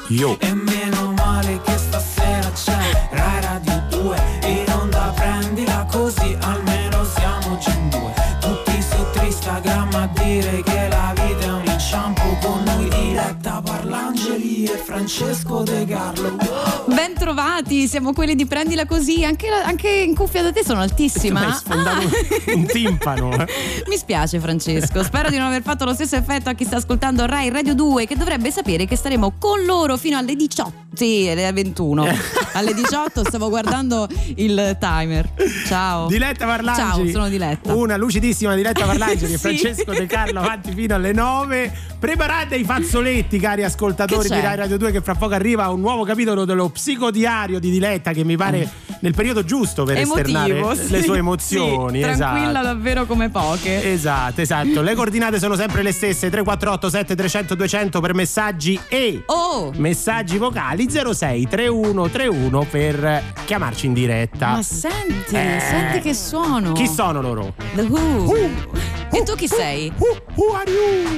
Yo. E meno male che stasera c'è Rai Radio 2 in onda, prendila così almeno siamo già in due. Tutti su Instagram a dire che la vita è un inciampo, con noi Diletta Parlangeli e Francesco De Carlo. Ben trovati, siamo quelli di Prendila Così. Anche in cuffia da te sono altissima. Tu hai sfondato un timpano. Mi spiace Francesco, spero di non aver fatto lo stesso effetto a chi sta ascoltando Rai Radio 2, che dovrebbe sapere che staremo con loro fino alle 18. Sì, alle 21. Alle 18 stavo guardando il timer. Ciao Diletta Parlangeli. Ciao, sono Diletta. Una lucidissima Diletta Parlangeli e Sì. Francesco De Carlo avanti fino alle 9. Preparate i fazzoletti, cari ascoltatori di Rai Radio 2, che fra poco arriva un nuovo capitolo dello psicodiario di Diletta, che mi pare nel periodo giusto per esternare le sue emozioni. Sì, tranquilla, esatto. davvero come poche. Esatto. Le coordinate sono sempre le stesse: 348 7300 200 per messaggi e messaggi vocali, 06 31 31 per chiamarci in diretta. Ma senti che suono. Chi sono loro? The Who. E tu chi sei? Who are you?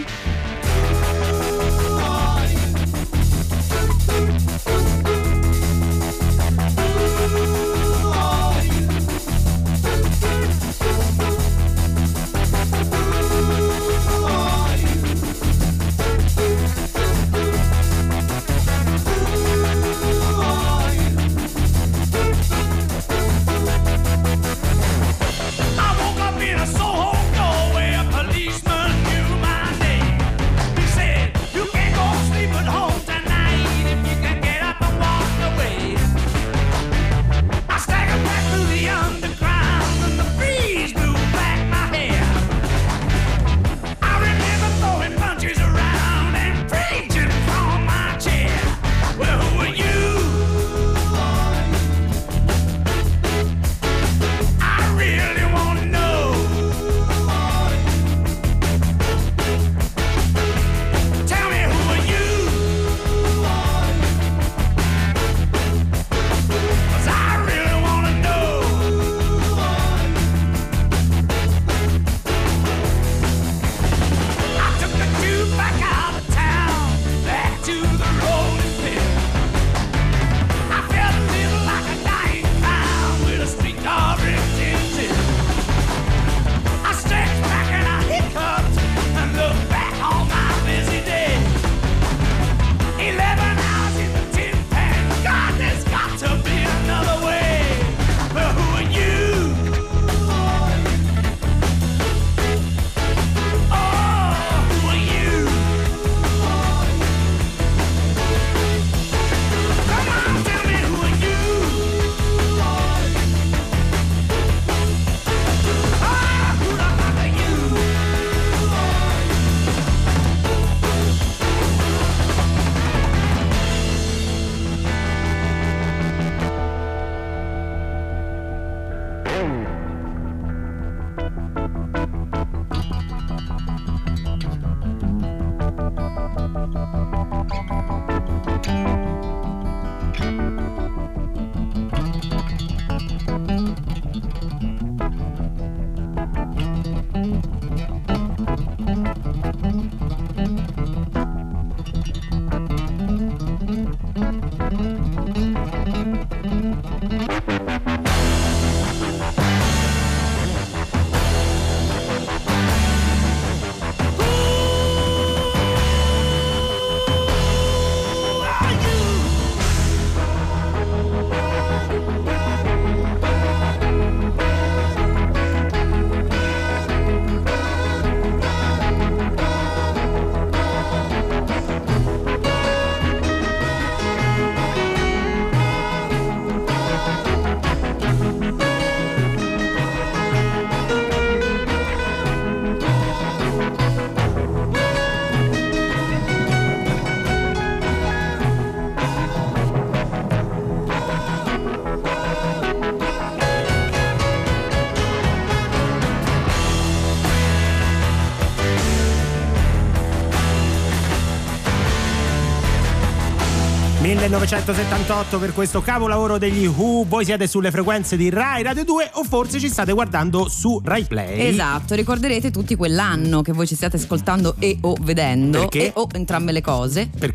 ...1978 per questo capolavoro degli Who. Voi siete sulle frequenze di Rai Radio 2 o forse ci state guardando su Rai Play. Esatto, ricorderete tutti quell'anno che voi ci stiate ascoltando e o vedendo. Perché? E o entrambe le cose. Perché?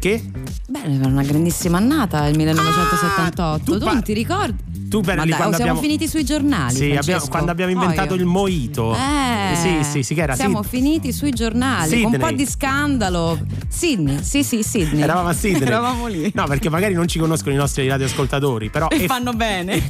Beh, era una grandissima annata il 1978. Tu non ti ricordi? Tu per siamo finiti sui giornali. Sì, quando abbiamo inventato il mojito. Sì, che era siamo finiti sui giornali. Sydney. Con un po' di scandalo. Sydney. Sydney. Eravamo a Sydney. Eravamo lì. No, perché magari non ci conoscono i nostri radioascoltatori, però e fanno bene.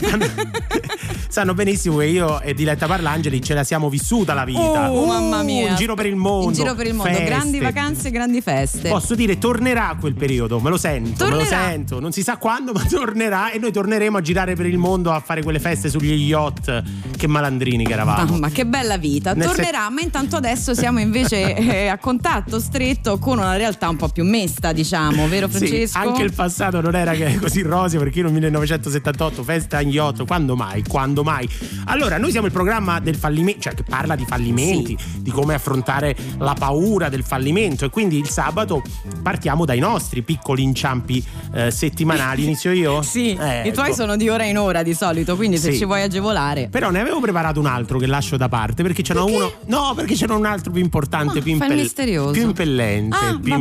Sanno benissimo che io e Diletta Parlangeli ce la siamo vissuta la vita. Mamma mia. In giro per il mondo. In giro per il mondo, feste. Grandi vacanze, grandi feste. Posso dire, tornerà quel periodo, me lo sento. Non si sa quando, ma tornerà e noi torneremo a girare per il mondo a fare quelle feste sugli yacht. Che malandrini che eravamo. Mamma, che bella vita. Tornerà, ma intanto adesso siamo invece a contatto stretto con una realtà un po' più mesta, diciamo, vero Francesco? Sì, anche il passato non era così roseo, perché nel 1978 festa in yacht, quando mai? Allora, noi siamo il programma del fallimento, cioè che parla di fallimenti, di come affrontare la paura del fallimento, e quindi il sabato partiamo dai nostri piccoli inciampi settimanali. Inizio io? Sì, i tuoi sono di ora in ora di solito, quindi se ci vuoi agevolare. Però ne avevo preparato un altro che lascio da parte, perché c'era uno. No, perché c'era un altro più importante, più impellente.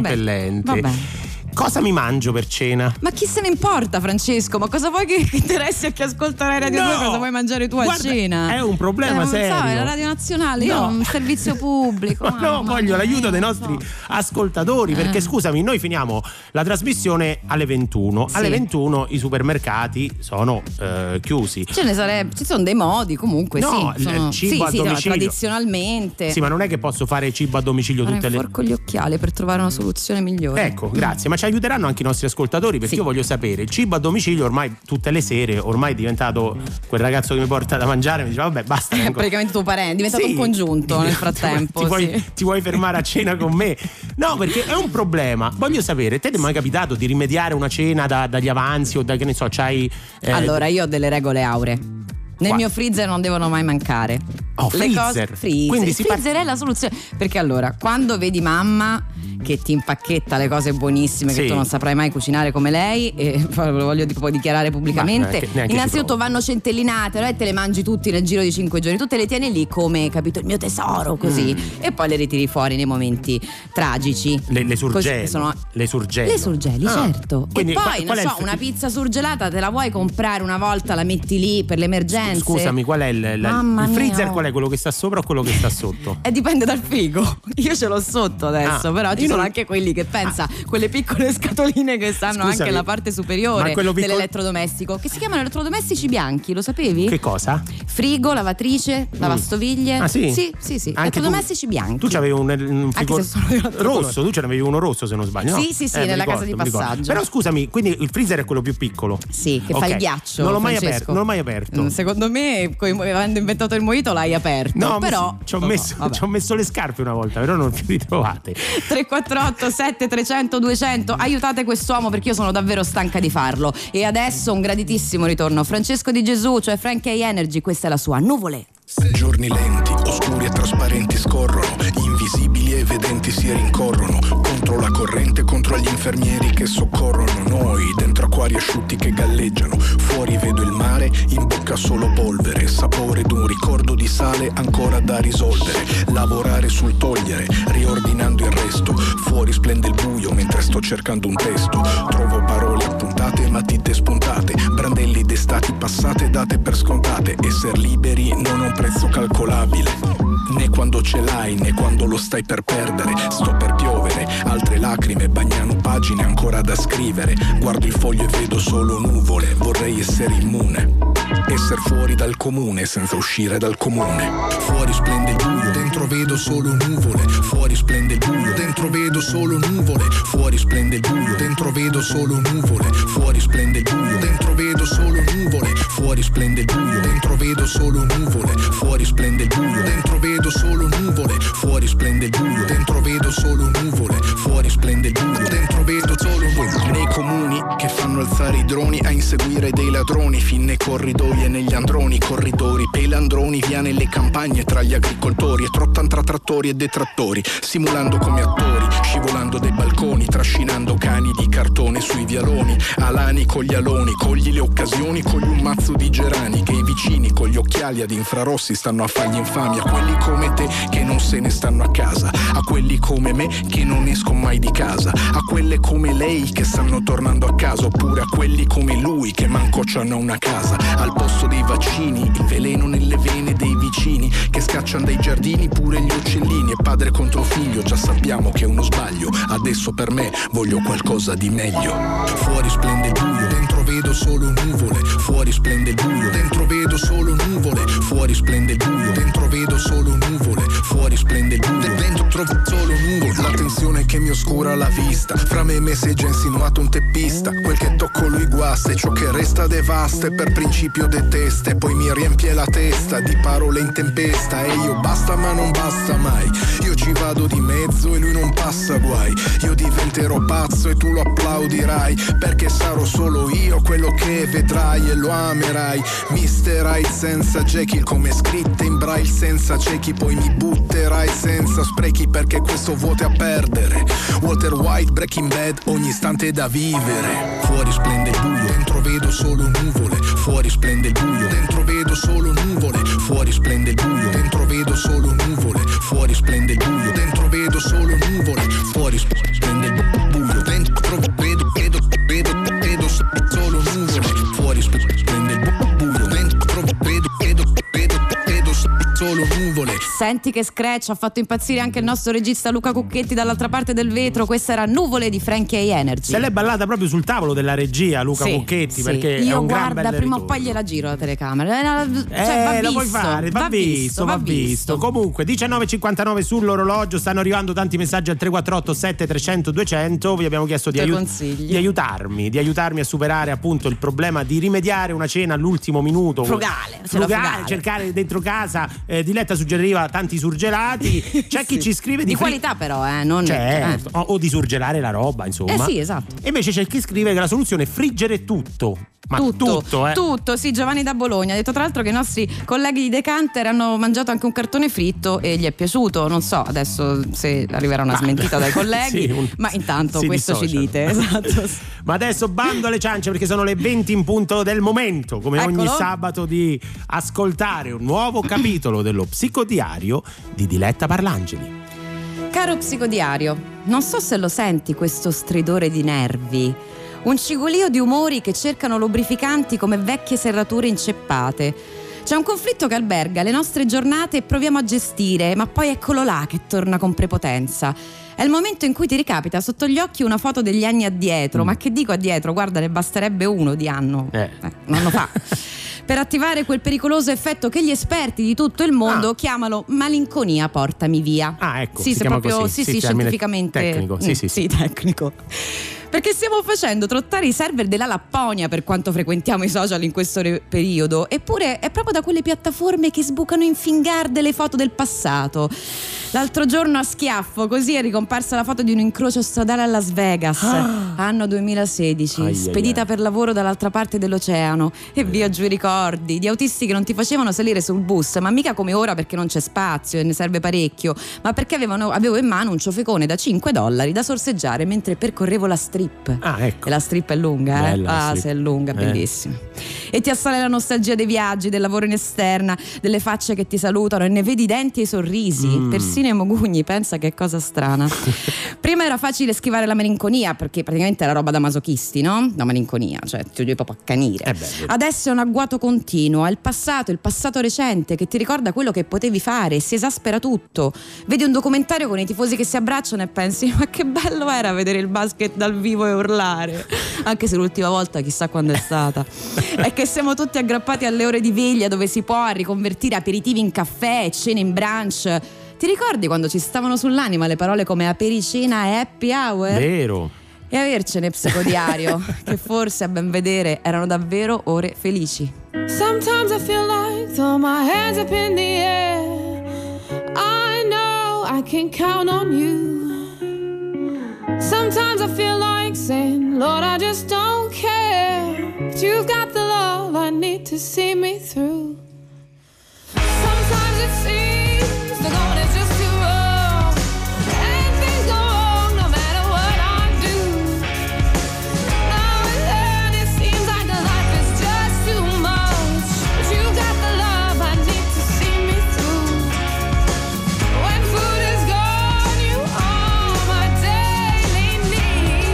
Vabbè. Cosa mi mangio per cena? Ma chi se ne importa, Francesco? Ma cosa vuoi che interessi a chi ascolta la Radio 2? Cosa vuoi mangiare tu a cena? È un problema serio. Non so, è la Radio Nazionale, io ho un servizio pubblico. No, voglio l'aiuto dei nostri ascoltatori, perché scusami, noi finiamo la trasmissione alle 21. Sì. Alle 21 i supermercati sono chiusi. Ci sono dei modi comunque, il cibo a domicilio. Tradizionalmente. Sì, ma non è che posso fare cibo a domicilio tutte le... Forco gli occhiali per trovare una soluzione migliore. Ecco, grazie, ma ci aiuteranno anche i nostri ascoltatori, perché io voglio sapere, il cibo a domicilio ormai tutte le sere, ormai è diventato quel ragazzo che mi porta da mangiare, mi dice vabbè basta. È praticamente tuo parente, è diventato un congiunto nel frattempo. Ti vuoi fermare a cena con me? No, perché è un problema. Voglio sapere, te ti è mai capitato di rimediare una cena dagli avanzi o da, che ne so, c'hai... Allora, io ho delle regole auree. Nel mio freezer non devono mai mancare. Freezer. Quindi freezer è la soluzione. Perché allora, quando vedi mamma che ti impacchetta le cose buonissime che tu non saprai mai cucinare come lei, e lo voglio poi dichiarare pubblicamente, innanzitutto vanno centellinate, e te le mangi tutti nel giro di 5 giorni, tu te le tieni lì come, capito, il mio tesoro, così, e poi le ritiri fuori nei momenti tragici. Le surgeli. Le surgeli, certo. Quindi, e poi una pizza surgelata te la vuoi comprare una volta, la metti lì per le emergenze. Scusami, qual è il freezer? Qual è, quello che sta sopra o quello che sta sotto? Dipende dal frigo. Io ce l'ho sotto adesso, però ci sono anche quelli che quelle piccole scatoline che stanno anche alla parte superiore dell'elettrodomestico, che si chiamano elettrodomestici bianchi, lo sapevi? Che cosa? Frigo, lavatrice, lavastoviglie. Ah sì? Sì. Elettrodomestici bianchi. Tu c'avevi un frigo rosso, tu ce n'avevi uno rosso se non sbaglio, no? Sì, nella casa di passaggio. Però scusami, quindi il freezer è quello più piccolo? Sì, che fa il ghiaccio. Non l'ho mai aperto. Secondo me, avendo inventato il mojito, l'hai aperto. No, però ci ho messo le scarpe una volta, però non vi ritrovate. 348 7300 200, aiutate quest'uomo perché io sono davvero stanca di farlo. E adesso un graditissimo ritorno. Francesco Di Gesù, cioè Frank A. Energy, questa è la sua Nuvole. Giorni lenti, oscuri e trasparenti scorrono, invisibili e vedenti si rincorrono, contro la corrente, contro gli infermieri che soccorrono noi, dentro acquari asciutti che galleggiano, fuori vedo il mare, in bocca solo polvere, sapore d'un ricordo di sale ancora da risolvere, lavorare sul togliere, riordinando il resto, fuori splende il buio mentre sto cercando un testo, trovo parole appuntate, matite spuntate, brandelli d'estati passate date per scontate, esser liberi non un prezzo calcolabile, né quando ce l'hai né quando lo stai per perdere, sto per piovere, altre lacrime bagnano pagine ancora da scrivere, guardo il foglio e vedo solo nuvole, vorrei essere immune, esser fuori dal comune senza uscire dal comune, fuori splende il buio, dentro vedo solo nuvole, fuori splende il buio, dentro vedo solo nuvole, fuori splende il buio, dentro vedo solo nuvole, fuori splende il buio, dentro vedo solo nuvole, fuori splende il buio, dentro vedo solo nuvole, fuori splende il buio, dentro vedo solo nuvole, fuori splende il buio, dentro vedo solo nuvole, fuori splende il buio, dentro vedo solo nuvole. Nei comuni che fanno alzare i droni a inseguire dei ladroni, fin nei corridoi e negli androni, corridori, pelandroni, via nelle campagne tra gli agricoltori, e trottan tra trattori e detrattori, simulando come attori, scivolando dai balconi, trascinando cani di cartone sui vialoni, alani con gli aloni, cogli le occasioni, cogli un mazzo di gerani, che i vicini con gli occhiali ad infrarossi stanno a fargli infamia, a quelli come te che non se ne stanno a casa, a quelli come me che non escono mai di casa, a quelle come lei che stanno tornando a casa, oppure a quelli come lui che manco c'hanno una casa. Al posto dei vaccini, il veleno nelle vene dei vicini che scacciano dai giardini pure gli uccellini. E padre contro figlio, già sappiamo che è uno sbaglio. Adesso per me voglio qualcosa di meglio. Fuori splende il buio, dentro vedo solo nuvole. Fuori splende il buio, dentro vedo solo nuvole. Fuori splende il buio, dentro vedo solo nuvole. Fuori splende il buio, dentro trovo solo nuvole. La tensione che mi oscura la vista, fra me e me si è già insinuato un teppista. Quel che tocco lui guasta e ciò che resta devasta, e per principio detesta. E poi mi riempie la testa di parole in tempesta. E io basta ma non basta mai. Io ci vado di mezzo e lui non passa guai. Io diventerò pazzo e tu lo applaudirai, perché sarò solo io quello che vedrai e lo amerai. Mr. Hyde senza Jekyll, come scritte in braille senza ciechi. Poi mi butterai senza sprechi, perché questo vuoto è a perdere. Walter White, Breaking Bad, ogni istante è da vivere. Fuori splende il buio, dentro vedo solo nuvole. Fuori splende il buio, dentro vedo solo nuvole. Fuori splende il buio, dentro vedo solo nuvole. Fuori splende il buio, dentro vedo solo nuvole. Fuori splende il buio, dentro vedo solo nuvole. Fuori splende il buio, dentro vedo solo nuvole. Senti che scratch, ha fatto impazzire anche il nostro regista Luca Cucchetti dall'altra parte del vetro. Questa era Nuvole di Frankie Energy. Se l'è ballata proprio sul tavolo della regia Luca Cucchetti, perché io è un gran guarda, prima o poi gliela giro la telecamera. Cioè, lo puoi fare, va visto. Comunque 19:59 sull'orologio, stanno arrivando tanti messaggi al 348 7300 200. Vi abbiamo chiesto di aiutarmi a superare appunto il problema di rimediare una cena all'ultimo minuto. Frugale, cercare dentro casa. Diletta suggeriva tanti surgelati. C'è chi ci scrive di qualità, però, non o di surgelare la roba, insomma. Sì, esatto. E invece c'è chi scrive che la soluzione è friggere tutto. Ma tutto, sì. Giovanni da Bologna ha detto tra l'altro che i nostri colleghi di Decanter hanno mangiato anche un cartone fritto e gli è piaciuto. Non so adesso se arriverà una smentita dai colleghi, ma intanto questo ci dite. Esatto. Ma adesso bando alle ciance, perché sono le 20 in punto del momento, come ogni sabato, di ascoltare un nuovo capitolo dello psicodiario di Diletta Parlangeli. Caro psicodiario, non so se lo senti questo stridore di nervi. Un cigolio di umori che cercano lubrificanti come vecchie serrature inceppate. C'è un conflitto che alberga le nostre giornate e proviamo a gestire, ma poi eccolo là che torna con prepotenza. È il momento in cui ti ricapita sotto gli occhi una foto degli anni addietro, ma che dico addietro, guarda, ne basterebbe uno di anno, un anno fa. Per attivare quel pericoloso effetto che gli esperti di tutto il mondo chiamano malinconia portami via. Ecco, sì, si chiama proprio così. Sì, scientificamente tecnico. Sì, tecnico. Perché stiamo facendo trottare i server della Lapponia per quanto frequentiamo i social in questo periodo. Eppure è proprio da quelle piattaforme che sbucano in fingarde le foto del passato. L'altro giorno a schiaffo così è ricomparsa la foto di un incrocio stradale a Las Vegas, anno 2016, spedita per lavoro dall'altra parte dell'oceano. E via giù i ricordi di autisti che non ti facevano salire sul bus, ma mica come ora perché non c'è spazio e ne serve parecchio, ma perché avevo in mano un ciofecone da $5 da sorseggiare mentre percorrevo la strip. Ecco. E la strip è lunga, Bella, se è lunga, bellissima. E ti assale la nostalgia dei viaggi, del lavoro in esterna, delle facce che ti salutano e ne vedi i denti e i sorrisi, persino i mogugni, pensa che cosa strana. Prima era facile schivare la malinconia perché praticamente era roba da masochisti, no? La malinconia, cioè ti devi proprio accanire. Adesso è un agguato continuo, è il passato recente che ti ricorda quello che potevi fare, si esaspera tutto. Vedi un documentario con i tifosi che si abbracciano e pensi ma che bello era vedere il basket dal vivo e urlare, anche se l'ultima volta chissà quando è stata. È che siamo tutti aggrappati alle ore di veglia dove si può riconvertire aperitivi in caffè e cene in brunch. Ti ricordi quando ci stavano sull'anima le parole come apericena e happy hour? Vero. E avercene psicodiario che forse a ben vedere erano davvero ore felici. Sometimes I feel like throw my hands up in the air. I know I can count on you. Sometimes I feel like saying, Lord, I just don't care. But you've got the love I need to see me through. Sometimes it seems the going is just too rough, and things go wrong no matter what I do. Now and then it seems like the life is just too much, but you've got the love I need to see me through. When food is gone, you are my daily need.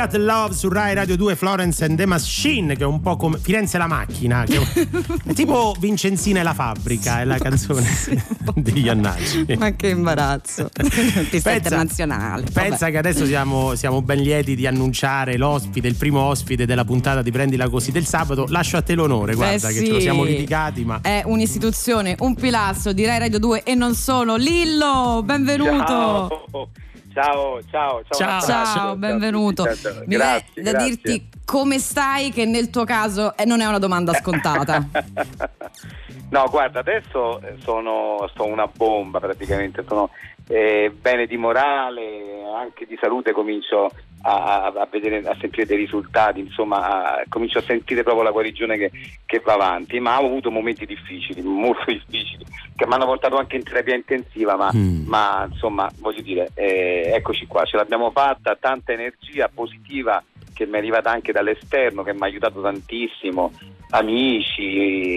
Got Love su Rai Radio 2, Florence and the Machine, che è un po' come Firenze la macchina, che è tipo Vincenzina e la fabbrica, è la canzone di Iannacci. Ma che imbarazzo. Artista internazionale. Pensa che adesso siamo ben lieti di annunciare l'ospite, il primo ospite della puntata di Prendila Così del sabato. Lascio a te l'onore, guarda, che ce lo siamo litigati, ma è un'istituzione, un pilastro di Rai Radio 2 e non solo. Lillo, benvenuto. Ciao, benvenuto. Mi viene da dirti come stai, che nel tuo caso non è una domanda scontata. No, guarda, adesso sono una bomba praticamente, sono bene di morale, anche di salute, comincio a vedere, a sentire dei risultati, insomma comincio a sentire proprio la guarigione che va avanti, ma ho avuto momenti difficili, molto difficili, che mi hanno portato anche in terapia intensiva, ma insomma voglio dire, eccoci qua, ce l'abbiamo fatta, tanta energia positiva che mi è arrivata anche dall'esterno, che mi ha aiutato tantissimo, amici,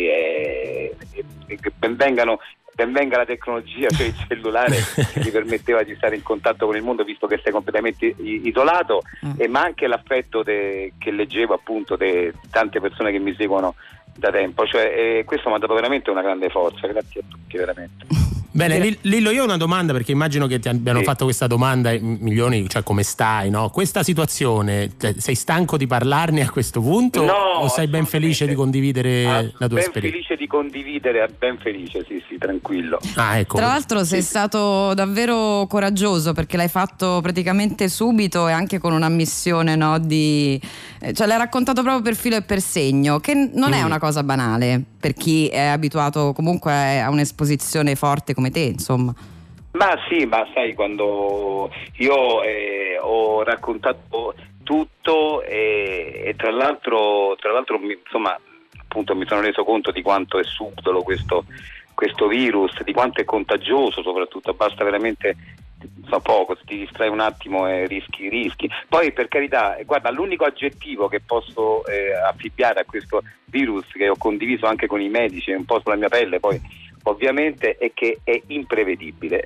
ben venga la tecnologia, cioè il cellulare che mi permetteva di stare in contatto con il mondo, visto che sei completamente isolato, ma anche l'affetto che leggevo appunto di tante persone che mi seguono da tempo, cioè questo mi ha dato veramente una grande forza, grazie a tutti veramente. Bene, Lillo, io ho una domanda, perché immagino che ti abbiano fatto questa domanda milioni, cioè come stai, no? Questa situazione, sei stanco di parlarne a questo punto? No, o sei ben felice di condividere la tua esperienza? Ben felice di condividere, ben felice, sì, tranquillo. Ecco. Tra l'altro sei stato davvero coraggioso, perché l'hai fatto praticamente subito e anche con una missione, no, cioè l'hai raccontato proprio per filo e per segno, che non è una cosa banale per chi è abituato comunque a un'esposizione forte come te, insomma. Ma sì, ma sai, quando io ho raccontato tutto e tra l'altro insomma, appunto mi sono reso conto di quanto è subdolo questo virus, di quanto è contagioso, soprattutto basta veramente poco, se ti distrai un attimo e rischi. Poi, per carità, guarda, l'unico aggettivo che posso affibbiare a questo virus, che ho condiviso anche con i medici, un po' sulla mia pelle poi ovviamente, è che è imprevedibile,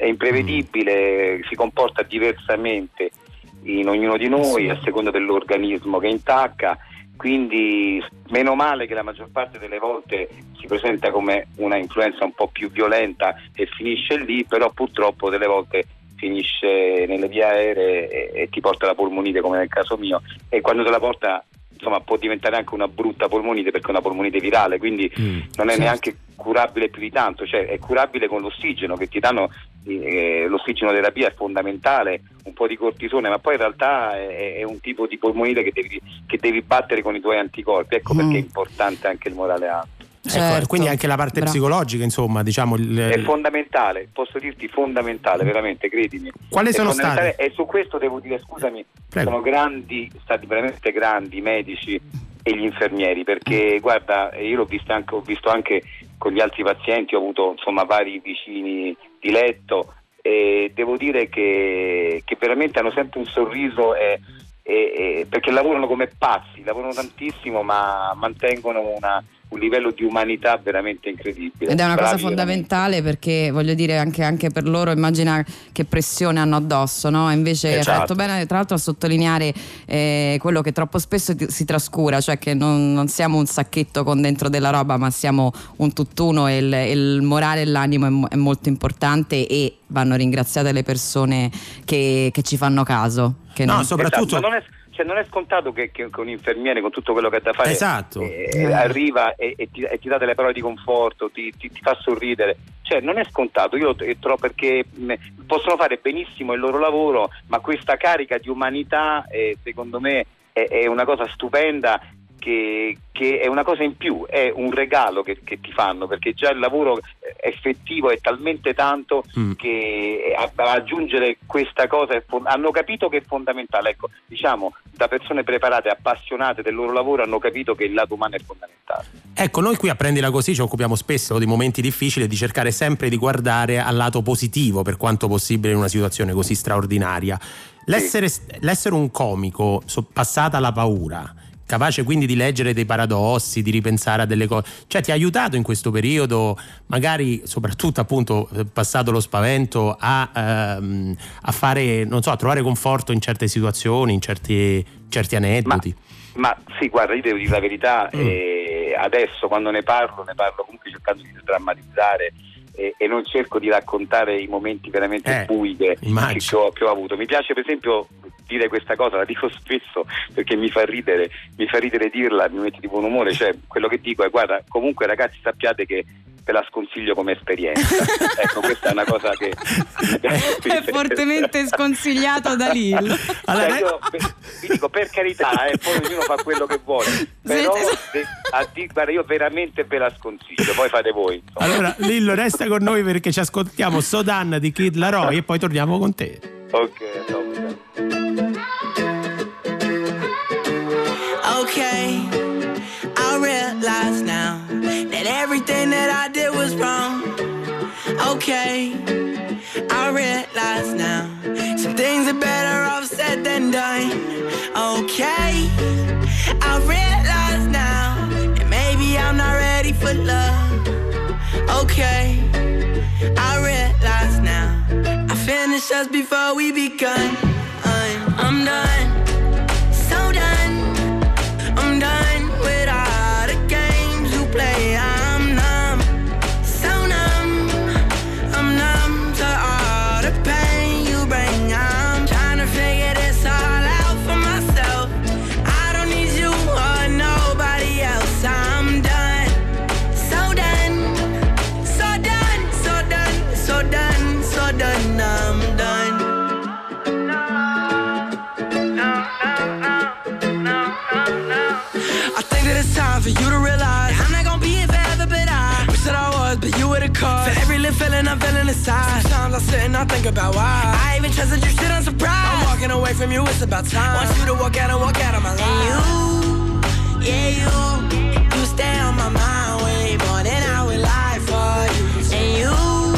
si comporta diversamente in ognuno di noi a seconda dell'organismo che intacca, quindi meno male che la maggior parte delle volte si presenta come una influenza un po' più violenta e finisce lì, però purtroppo delle volte finisce nelle vie aeree e ti porta la polmonite, come nel caso mio, e quando te la porta, insomma, può diventare anche una brutta polmonite, perché è una polmonite virale, quindi non è neanche curabile più di tanto, cioè è curabile con l'ossigeno che ti danno, l'ossigenoterapia è fondamentale, un po' di cortisone, ma poi in realtà è un tipo di polmonite che devi battere con i tuoi anticorpi, ecco perché è importante anche il morale alto. Ecco, quindi anche la parte psicologica, insomma, diciamo è fondamentale, posso dirti fondamentale, veramente, credimi. Quali sono stati? E su questo devo dire, scusami, sono stati veramente grandi i medici e gli infermieri, perché guarda, io ho visto anche con gli altri pazienti, ho avuto insomma vari vicini di letto e devo dire che veramente hanno sempre un sorriso perché lavorano come pazzi, lavorano tantissimo, ma mantengono un livello di umanità veramente incredibile. Ed è una cosa fondamentale, perché voglio dire anche per loro, immagina che pressione hanno addosso, no? Invece hai fatto bene tra l'altro a sottolineare quello che troppo spesso si trascura, cioè che non siamo un sacchetto con dentro della roba, ma siamo un tutt'uno, e il morale e l'animo è molto importante, e vanno ringraziate le persone che ci fanno caso. Soprattutto non è scontato che un infermiere, con tutto quello che ha da fare, arriva e ti dà delle parole di conforto, ti fa sorridere, cioè non è scontato. Io trovo, perché possono fare benissimo il loro lavoro, ma questa carica di umanità secondo me è una cosa stupenda, che è una cosa in più, è un regalo che ti fanno, perché già il lavoro effettivo è talmente tanto che aggiungere questa cosa hanno capito che è fondamentale, ecco, diciamo, da persone preparate, appassionate del loro lavoro, hanno capito che il lato umano è fondamentale. Ecco, noi qui a Prendila Così ci occupiamo spesso di momenti difficili e di cercare sempre di guardare al lato positivo per quanto possibile in una situazione così straordinaria. L'essere un comico, passata la paura, capace quindi di leggere dei paradossi, di ripensare a delle cose, cioè ti ha aiutato in questo periodo, magari soprattutto appunto passato lo spavento, a fare, non so, a trovare conforto in certe situazioni, in certi aneddoti? Ma sì, guarda, io devo dire la verità, adesso quando ne parlo comunque cercando di drammatizzare e non cerco di raccontare i momenti veramente bui che ho avuto. Mi piace per esempio dire questa cosa, la dico spesso perché mi fa ridere dirla, mi mette di buon umore, cioè quello che dico è: guarda, comunque ragazzi, sappiate che ve la sconsiglio come esperienza. Ecco, questa è una cosa che è fortemente sconsigliato da Lillo. Allora, io vi dico, per carità, poi ognuno fa quello che vuole, però guarda, io veramente ve la sconsiglio, poi fate voi, insomma. Allora Lillo, resta con noi perché ci ascoltiamo Sodan di Kid Laroi e poi torniamo con te. Ok, no. Okay, I realize now that everything that I did was wrong. Okay, I realize now some things are better off said than done. Okay, I realize now that maybe I'm not ready for love. Okay, I realize now I finished us before we begun. I'm done, so done. I'm done with all the games you play. I'm numb, so numb. I'm numb to all the pain you bring. I'm trying to figure this all out for myself. I don't need you or nobody else. I'm done, so done, so done, so done, so done, so done. I'm done. I think that it's time for you to realize I'm not gonna be here forever, but I wish that I was, but you were the cause for every little feeling I'm feeling inside. Sometimes I sit and I think about why I even trusted you, shit, I'm surprised. I'm walking away from you, it's about time. Want you to walk out of my life. And you stay on my mind way more than I would lie for you. And you,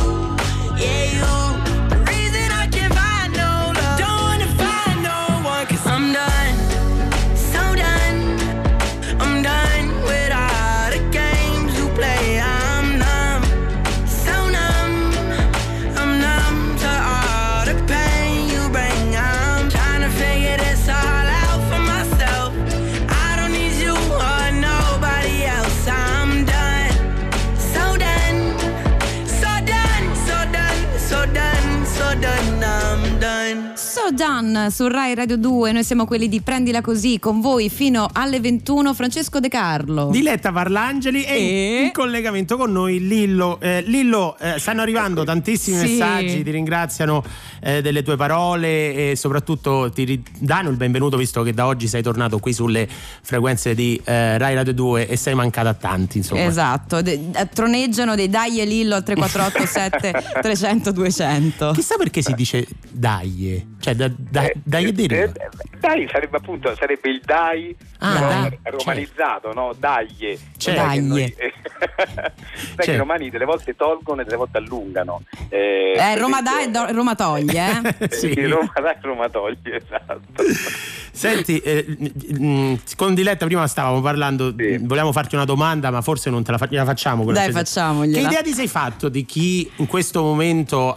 the reason I can't find no love, don't wanna find no one, 'cause I'm done, so done. I'm done with all the games you play. I'm numb, so numb. I'm numb to all the pain you bring. I'm trying to figure this all out for myself. I don't need you or nobody else. I'm done, so done, so done, so done, so done, so done. I'm done. So Done su Rai Radio 2, noi siamo quelli di Prendila Così, con voi fino alle 21 Francesco De Carlo, Diletta Parlangeli e in collegamento con noi Lillo. Lillo, stanno arrivando tantissimi messaggi, ti ringraziano delle tue parole e soprattutto ti danno il benvenuto, visto che da oggi sei tornato qui sulle frequenze di Rai Radio 2 e sei mancata a tanti, insomma. Esatto, troneggiano dei dai e Lillo al 348 300 200. Chissà perché si dice dai, cioè dai e deriva. Dai sarebbe il dai, romanizzato, certo. No? Dai. Certo. Sai che i romani delle volte tolgono e delle volte allungano. Roma dai e Roma toglie, sì. Roma dai e Roma toglie, esatto. Senti, con Diletta prima stavamo parlando, volevamo farti una domanda, ma forse non te la facciamo. Dai, facciamogliela. Che idea ti sei fatto di chi in questo momento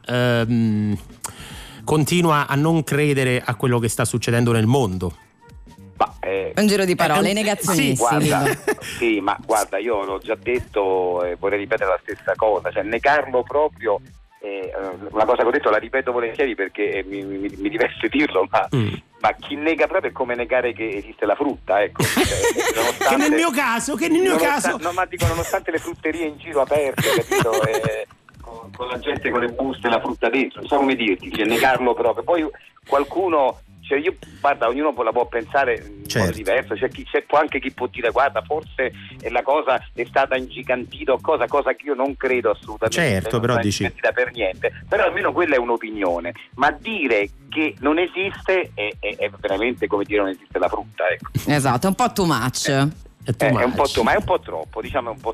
continua a non credere a quello che sta succedendo nel mondo? Un giro di parole, i negazionisti. Sì, ma guarda, io l'ho già detto e vorrei ripetere la stessa cosa, cioè negarlo proprio. Una cosa che ho detto la ripeto volentieri perché mi diverte dirlo, ma chi nega proprio è come negare che esiste la frutta, ecco. Che nel mio caso no, ma dico, nonostante le frutterie in giro aperte, capito? Con la gente con le buste, la frutta dentro, non so come dirti, cioè negarlo proprio. Poi qualcuno, cioè guarda, ognuno la può pensare in modo diverso, c'è anche chi può dire guarda, forse la cosa è stata ingigantita o cosa che io non credo assolutamente, certo, però dici per niente, però almeno quella è un'opinione, ma dire che non esiste è veramente come dire non esiste la frutta, ecco. Esatto, è un po' too much. È un po' troppo, diciamo, è un po' troppo.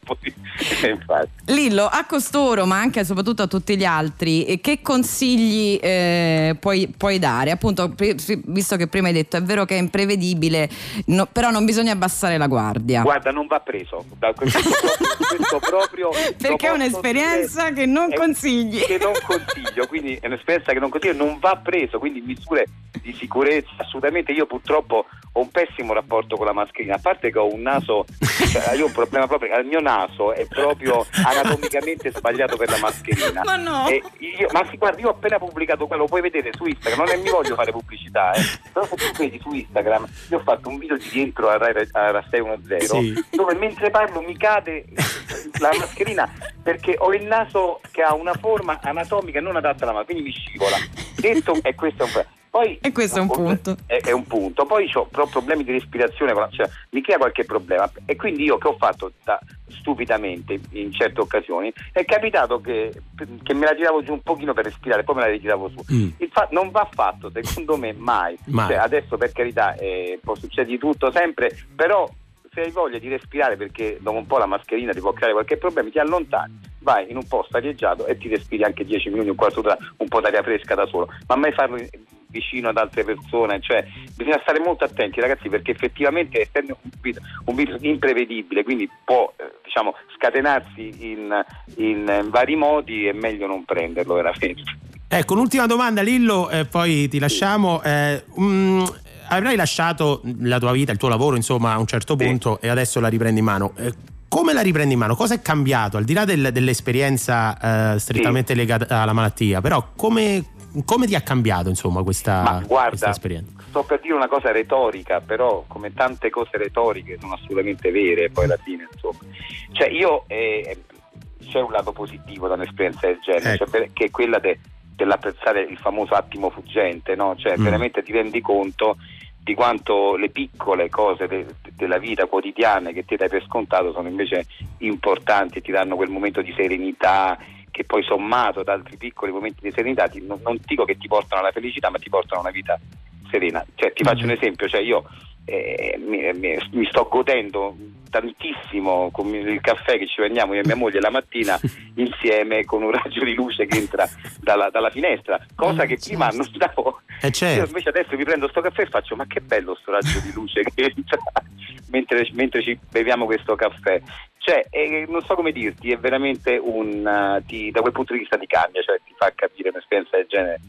Infatti. Lillo, a costoro, ma anche e soprattutto a tutti gli altri, che consigli puoi dare? Appunto, visto che prima hai detto è vero che è imprevedibile, però non bisogna abbassare la guardia. Guarda, non va preso da questo proprio perché è un'esperienza che non consigli. Che non consiglio, quindi è un'esperienza che non consiglio, non va preso, quindi misure di sicurezza assolutamente. Io purtroppo ho un pessimo rapporto con la mascherina, a parte che ho un naso, cioè, io ho un problema proprio, il mio naso è proprio anatomicamente sbagliato per la mascherina. Ma no! Guarda, io ho appena pubblicato quello, lo puoi vedere su Instagram, non mi voglio fare pubblicità, però se tu vedi su Instagram, io ho fatto un video di dentro a Rai 610, sì, dove mentre parlo mi cade la mascherina perché ho il naso che ha una forma anatomica non adatta alla mano, quindi mi scivola. Detto, e questo è un poi, e questo è un punto. È un punto. Poi ho problemi di respirazione, cioè mi crea qualche problema. E quindi io che ho fatto stupidamente in certe occasioni, è capitato che me la tiravo giù un pochino per respirare, poi me la ritiravo su. Non va fatto, secondo me, mai. Cioè, adesso per carità può succedere di tutto sempre, però se hai voglia di respirare, perché dopo un po' la mascherina ti può creare qualche problema, ti allontani, vai in un posto arieggiato e ti respiri anche 10 minuti, un quarto d'ora, un po' d'aria fresca da solo, ma mai farlo vicino ad altre persone. Cioè bisogna stare molto attenti, ragazzi, perché effettivamente essendo un virus imprevedibile, quindi può scatenarsi in vari modi, è meglio non prenderlo veramente. Ecco, un'ultima domanda, Lillo, poi ti lasciamo. Avrai lasciato la tua vita, il tuo lavoro, insomma, a un certo punto, e adesso la riprendi in mano. Come la riprendi in mano? Cosa è cambiato? Al di là dell'esperienza strettamente legata alla malattia, però come ti ha cambiato, insomma, questa esperienza? Sto per dire una cosa retorica, però come tante cose retoriche sono assolutamente vere poi alla fine, insomma. Cioè io c'è un lato positivo da un'esperienza del genere, ecco, che è quella dell'apprezzare il famoso attimo fuggente, no? Cioè veramente ti rendi conto di quanto le piccole cose della vita quotidiane che ti dai per scontato sono invece importanti, ti danno quel momento di serenità che poi sommato ad altri piccoli momenti di serenità non dico che ti portano alla felicità, ma ti portano a una vita serena. Cioè ti faccio un esempio, cioè io mi sto godendo tantissimo con il caffè che ci prendiamo io e mia moglie la mattina insieme, con un raggio di luce che entra dalla finestra, cosa che prima non stavo. Io invece adesso mi prendo sto caffè e faccio: ma che bello sto raggio di luce che entra mentre ci beviamo questo caffè. Cioè non so come dirti, è veramente da quel punto di vista ti cambia, cioè ti fa capire un'esperienza del genere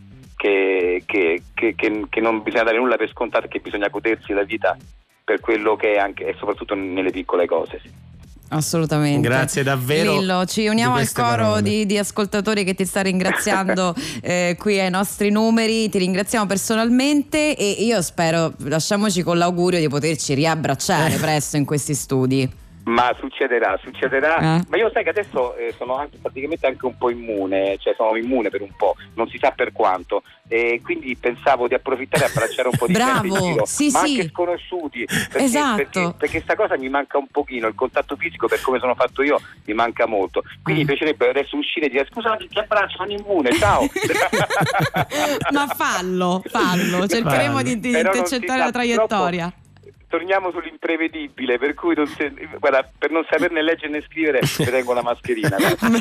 che non bisogna dare nulla per scontato, che bisogna godersi la vita per quello che è, anche e soprattutto nelle piccole cose. Assolutamente. Grazie davvero. Lillo, ci uniamo al coro di ascoltatori che ti sta ringraziando qui ai nostri numeri, ti ringraziamo personalmente e io spero, lasciamoci con l'augurio di poterci riabbracciare presto in questi studi. Ma succederà. Ma io sai che adesso sono praticamente anche un po' immune, cioè sono immune per un po', non si sa per quanto, e quindi pensavo di approfittare e abbracciare un po' di gente in giro, ma anche sconosciuti, perché sta cosa mi manca un pochino, il contatto fisico per come sono fatto io mi manca molto, quindi mi piacerebbe adesso uscire e dire: scusa, ti abbraccio, sono immune, ciao. Ma fallo, cercheremo di intercettare la traiettoria. Torniamo sull'imprevedibile, per cui guarda, per non saperne leggere né scrivere mi tengo la mascherina.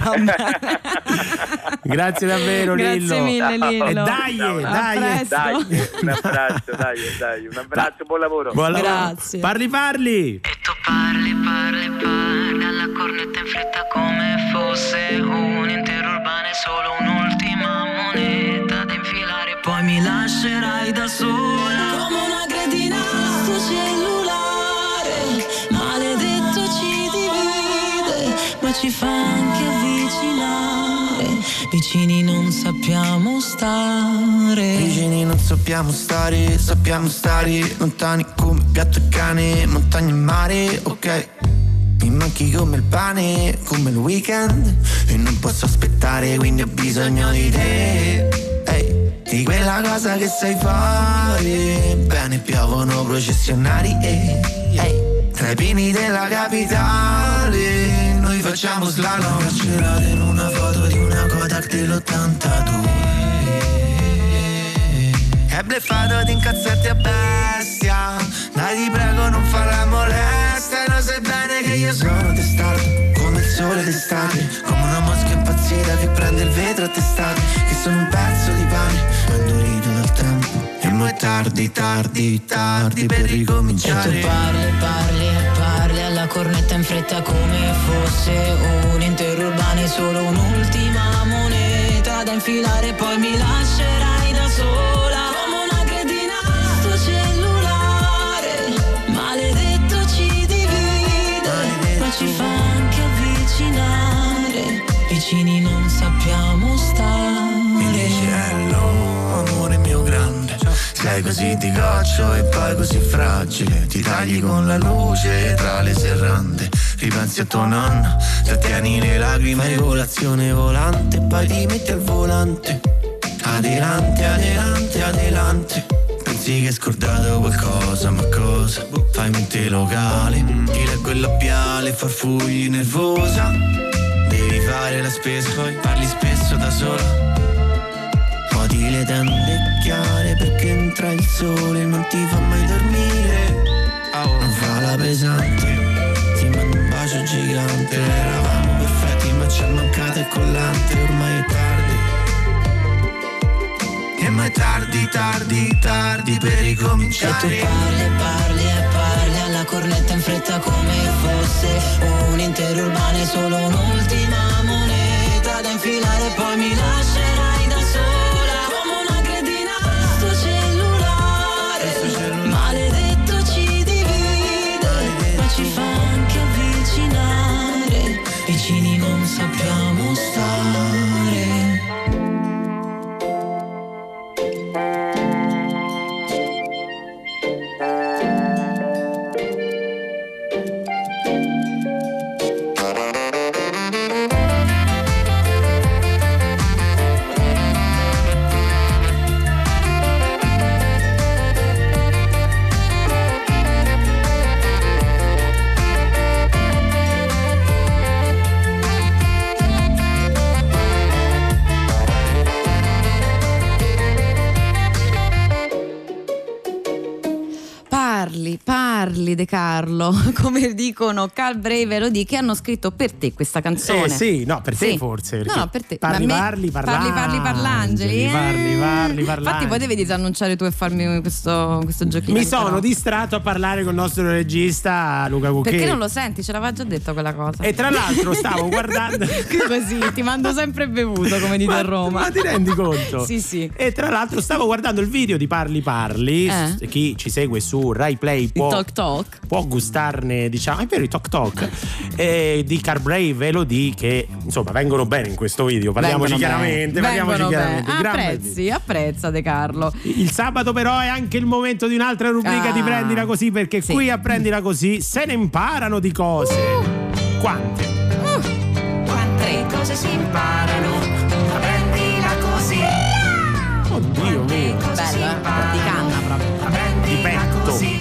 Grazie davvero, Lillo. Grazie mille, Lillo. E dai, un abbraccio, un abbraccio, buon lavoro. Grazie. Parli. E tu parli alla cornetta in fretta come fosse un intero urbano e solo un'ultima moneta da infilare, poi mi lascerai da sola come una cretina. Ci fa anche avvicinare, vicini non sappiamo stare, sappiamo stare lontani come gatto e cane, montagna e mare, ok. Mi manchi come il pane, come il weekend, e non posso aspettare, quindi ho bisogno di te. Hey, di quella cosa che sai fare bene, piovono processionari, hey, tra i pini della capitale noi facciamo slalom, carcerato in una foto di una Kodak dell'82. È bleffato di incazzarti a bestia, dai ti prego non fa la molestia, lo sai bene che io sono testardo come tardi, tardi, tardi per ricominciare. E tu parli alla cornetta in fretta come fosse un intero urbano, solo un'ultima moneta da infilare, poi mi lascerai da sola come una cretina. Sto cellulare maledetto ci divide, ma ci fa anche avvicinare, vicini non sappiamo stare. Mi dici hello, amore mio grande, sei così di goccio e poi così fragile, ti tagli con la luce tra le serrande, ripensi a tuo nonno, trattieni le lacrime, colazione volante, poi ti metti al volante, adelante, adelante, adelante, pensi che hai scordato qualcosa, ma cosa? Fai mente locale, ti leggo il labiale, farfugli nervosa, devi fare la spesa, poi parli spesso da sola. Odi le tende chiare perché entra il sole, non ti fa mai dormire, non fa la pesante, ti manda un bacio gigante. Eravamo perfetti ma ci è mancato il collante, ormai è tardi, e ma è tardi, tardi, tardi per ricominciare. E tu parli alla cornetta in fretta come fosse un intero urbano, solo un'ultima moneta da infilare, poi mi lascerai da sola. Maledetto ci divide, ma ci fa anche avvicinare, vicini non sappiamo stare. Parli De Carlo, come dicono Cal Brave e Elodie, che hanno scritto per te questa canzone. Sì, no, per te forse. No, per te. Parli parlangeli. Infatti poi devi disannunciare tu e farmi questo giochino. Mi sono distratto a parlare con il nostro regista Luca Cucchetti. Perché non lo senti? Ce l'aveva già detto quella cosa. E tra l'altro stavo guardando così, ti mando sempre bevuto, come dite a Roma. Ma ti rendi conto? Sì. E tra l'altro stavo guardando il video di Parli. Chi ci segue su Rai Play può gustarne, diciamo, è vero, i Talk di Car Brave e Elodie, che insomma vengono bene in questo video, parliamoci chiaramente. Apprezza De Carlo. Il sabato però è anche il momento di un'altra rubrica di Prendila Così, perché qui a Prendila Così se ne imparano di cose. Quante cose si imparano a Prendila Così. Oddio mio, bello, di canna proprio, di petto.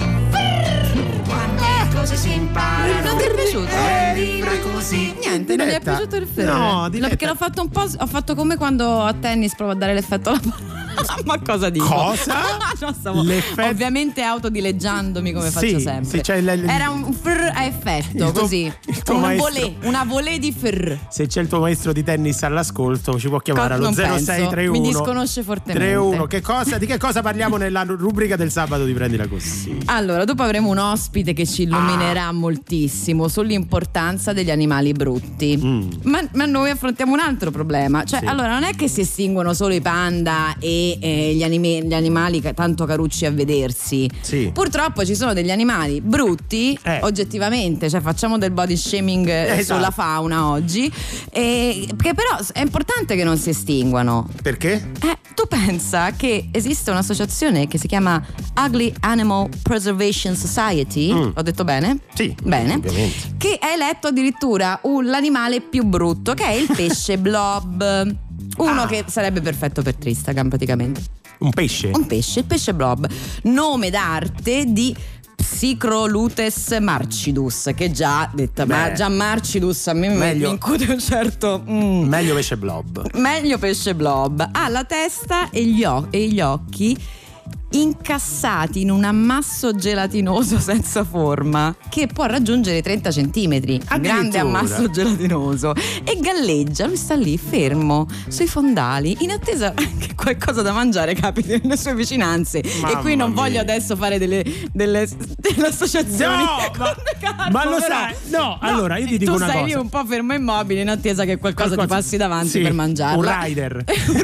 Cose si imparano. Non ti è piaciuto? Così. Niente, non mi è piaciuto il film. No, perché l'ho fatto un po'. Ho fatto come quando a tennis provo a dare l'effetto alla palla. Ma cosa dico? Cosa? No, stavo ovviamente autodileggiandomi come faccio sempre. Era un frr a effetto, così. Una volée di frr. Se c'è il tuo maestro di tennis all'ascolto, ci può chiamare allo 0631 mi disconosce fortemente. 31. Di che cosa parliamo nella rubrica del sabato di Prendila Così? Allora, dopo avremo un ospite che ci illuminerà moltissimo sull'importanza degli animali brutti. Ma noi affrontiamo un altro problema. Cioè, allora, non è che si estinguono solo i panda e gli animali tanto carucci a vedersi. Purtroppo ci sono degli animali brutti, oggettivamente, cioè facciamo del body shaming sulla fauna oggi, che però è importante che non si estinguano. Perché? Tu pensa che esiste un'associazione che si chiama Ugly Animal Preservation Society, ho detto bene? Sì, bene, ovviamente. Che ha eletto addirittura l'animale più brutto, che è il pesce blob. Uno che sarebbe perfetto per Instagram praticamente. Un pesce, il pesce blob, nome d'arte di Psychrolutes marcidus, che già detta, ma già marcidus a me mi incute un certo meglio pesce blob. Ha la testa e gli occhi incassati in un ammasso gelatinoso senza forma che può raggiungere 30 centimetri, grande ammasso gelatinoso, e galleggia, lui sta lì fermo sui fondali in attesa che qualcosa da mangiare capiti nelle sue vicinanze. Mamma e qui non mia. voglio adesso fare delle associazioni, ma lo sai, no, allora io ti dico una cosa, tu stai lì un po' fermo immobile in attesa che qualcosa ti passi davanti, sì, per mangiarla. Un rider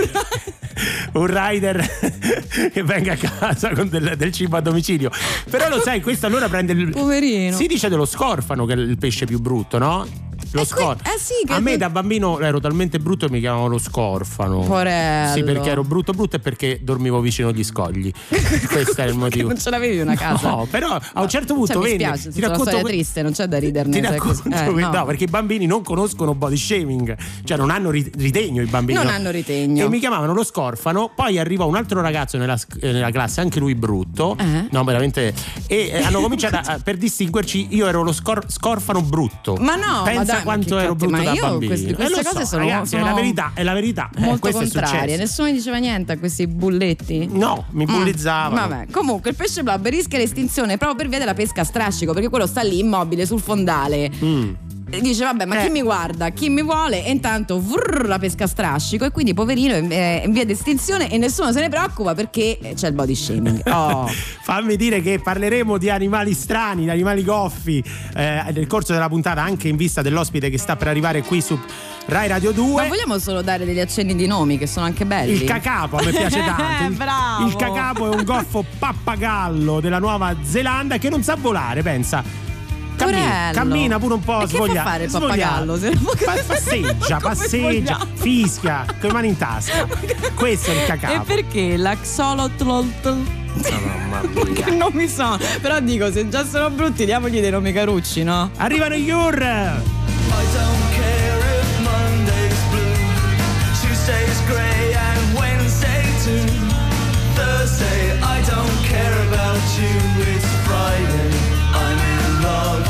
un rider che venga a casa con del cibo a domicilio. Però lo sai, questo allora prende il poverino. Si dice dello scorfano, che è il pesce più brutto, no? Lo scorfano. Sì, a me da bambino ero talmente brutto che mi chiamavano lo scorfano. Porello. Sì, perché ero brutto e perché dormivo vicino agli scogli. Questo è il motivo. Non ce l'avevi una casa? No, però a un certo punto mi spiace, ti racconto una storia triste, non c'è da riderne. No, perché i bambini non conoscono body shaming, cioè non hanno ritegno i bambini. Non hanno ritegno. E mi chiamavano lo scorfano, poi arriva un altro ragazzo nella classe, anche lui brutto. No, veramente. E hanno cominciato per distinguerci, io ero lo scorfano brutto. Ma no, pensa quanto ero brutto da bambino. Queste cose sono, ragazzi, sono è la verità. Molto contrarie. Nessuno mi diceva niente a questi bulletti? No, mi bullizzavano. Vabbè, comunque il pesce blu rischia l'estinzione proprio per via della pesca a strascico, perché quello sta lì immobile sul fondale. E dice vabbè, ma chi mi guarda, chi mi vuole, e intanto la pesca a strascico, e quindi poverino è in via di estinzione e nessuno se ne preoccupa perché c'è il body shaming. Fammi dire che parleremo di animali strani, di animali goffi nel corso della puntata, anche in vista dell'ospite che sta per arrivare qui su Rai Radio 2. Ma vogliamo solo dare degli accenni di nomi che sono anche belli? Il cacapo a me piace tanto. Bravo. Il cacapo è un goffo pappagallo della Nuova Zelanda che non sa volare, pensa. Cammina pure un po' svogliato. Che fa fare il pappagallo? Passeggia, fischia con le mani in tasca. Questo è il cacapo. E perché l'axolotl? Mamma mia. Che nomi sono? Però dico, se già sono brutti, diamogli dei nomi carucci, no? Arrivano gli Ur. I don't care if Monday's blue, Tuesday's grey and Wednesday too. Thursday, I don't care about you, it's Friday, I'm in love.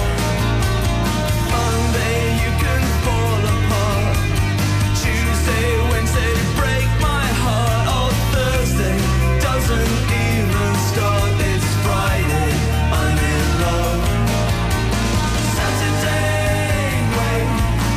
Monday, you can fall apart. Tuesday, Wednesday, break my heart. Oh, Thursday doesn't even start, it's Friday, I'm in love. Saturday, wait,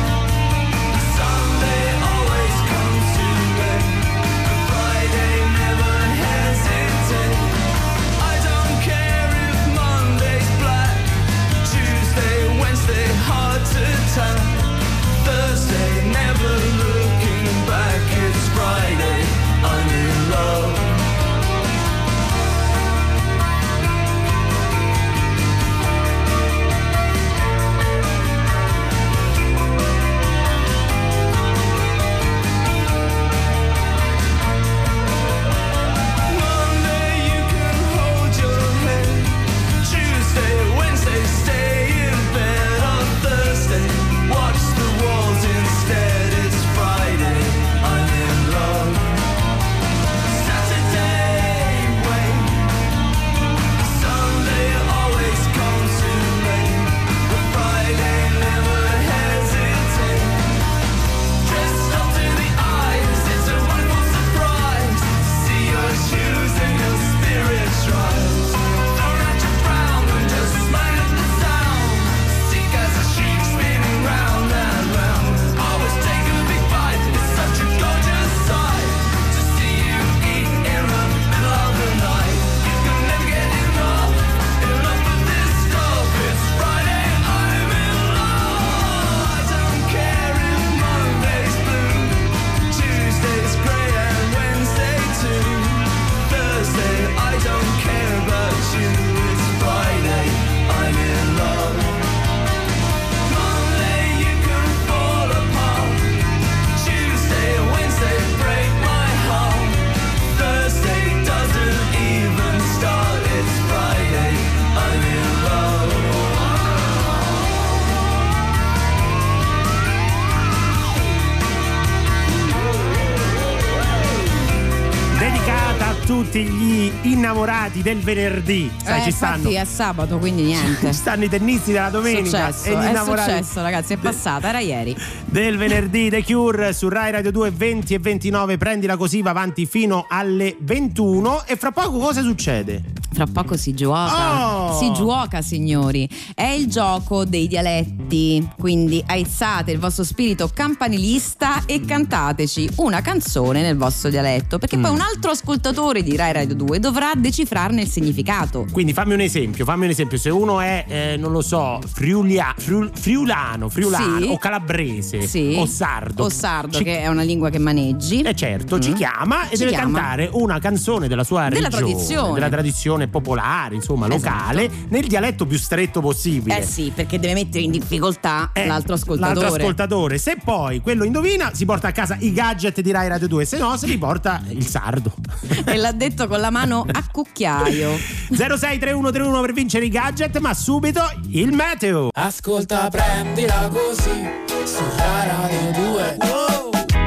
tutti gli innamorati del venerdì. Sai, ci stanno. Infatti è sabato, quindi niente. Stanno i tennisti della domenica. È successo, ragazzi, è passata, era ieri. Del venerdì, The Cure su Rai Radio 2, 20 e 29. Prendila così, va avanti fino alle 21. E fra poco cosa succede? Fra poco si gioca. Si gioca, signori. È il gioco dei dialetti. Quindi aizzate il vostro spirito campanilista e cantateci una canzone nel vostro dialetto. Perché poi un altro ascoltatore di Rai Radio 2 dovrà decifrarne il significato. Quindi fammi un esempio. Se uno è, non lo so, friulano sì, o calabrese, sì, o sardo, che è una lingua che maneggi. Certo, ci chiama e deve cantare una canzone della sua regione, della tradizione popolare, insomma, locale, esatto, nel dialetto più stretto possibile. Sì, perché deve mettere in difficoltà l'altro ascoltatore. Se poi quello indovina, si porta a casa i gadget di Rai Radio 2, se no se li porta il sardo. E l'ha detto con la mano a cucchiaio. 063131 per vincere i gadget, ma subito il meteo. Ascolta, prendila così su Rai Radio 2. Wow.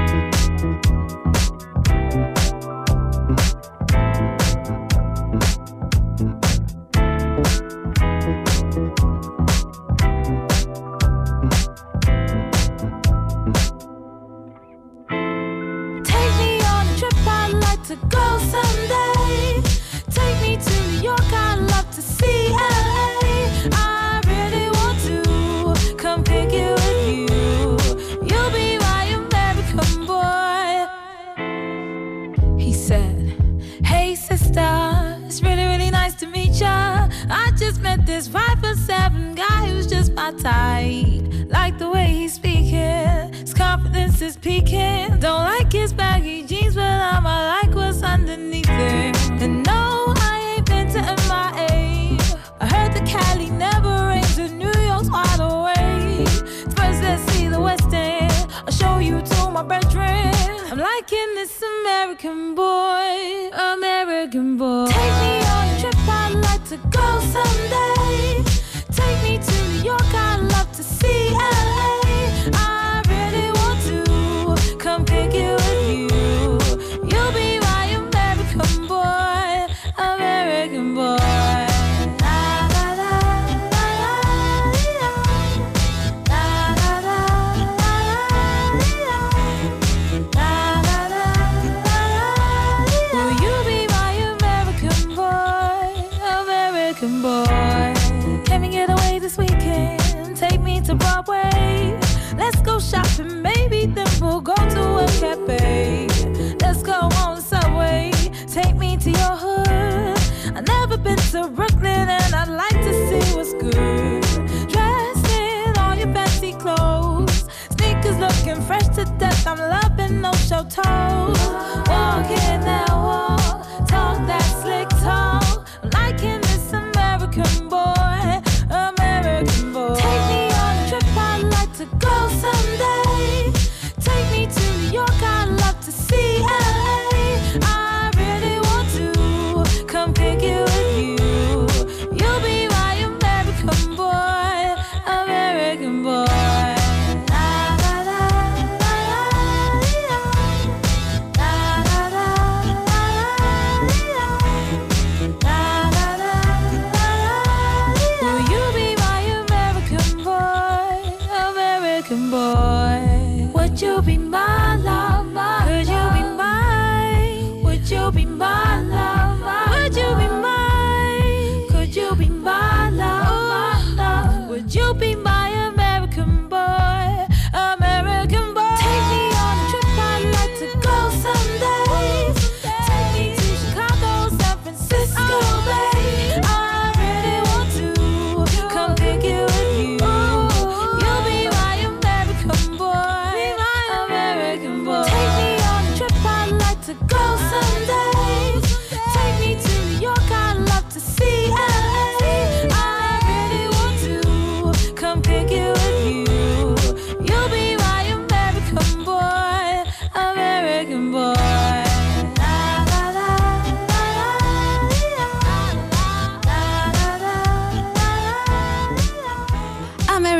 To go someday, take me to New York, I'd love to see LA. I really want to come pick you with you. You'll be my American boy. He said, hey sister, it's really, really nice to meet ya. I just met this 5'7" guy who's just my type. Like the way he's speaking, his confidence is peaking. Don't like his baggy jeans, but I like what's underneath it. And no, I ain't been to MIA. I heard the Cali never rains and New York's wide awake. First let's see the West End, I'll show you to my bedroom. I'm liking this American boy, American boy. Take me on a trip, I'd like to go someday. Take me to New York, I'd love to see LA. I really want to come pick you with you. You'll be my American boy, American boy. Will you be my American boy, American boy? Can we get away this weekend? Take me to Broadway. Let's go shopping, maybe then we'll go to a cafe. Let's go on the subway, take me to your hood. I've never been to Brooklyn and I'd like to see what's good. Dressed in all your fancy clothes, sneakers looking fresh to death. I'm loving no show toes. Walking that wall, talk that slick talk. I'm liking this American boy, American boy. Take me on a trip, I'd like to go someday. Take me to New York, I'd love to see LA. I really want to come pick you with you. You'll be my American boy, American boy. Boy, would you be my lover? Could you be mine? Would you be my lover? Would you be mine? Could you be my lover? Would you be my American boy? American boy. Take me on a trip, I'd like to go someday. Take me to Chicago, San Francisco, babe. I really want to come pick you with you. You'll be my American boy, American boy. Take me on a trip, I'd like to go someday. Take me to New York, I'd love to see LA. I really want to come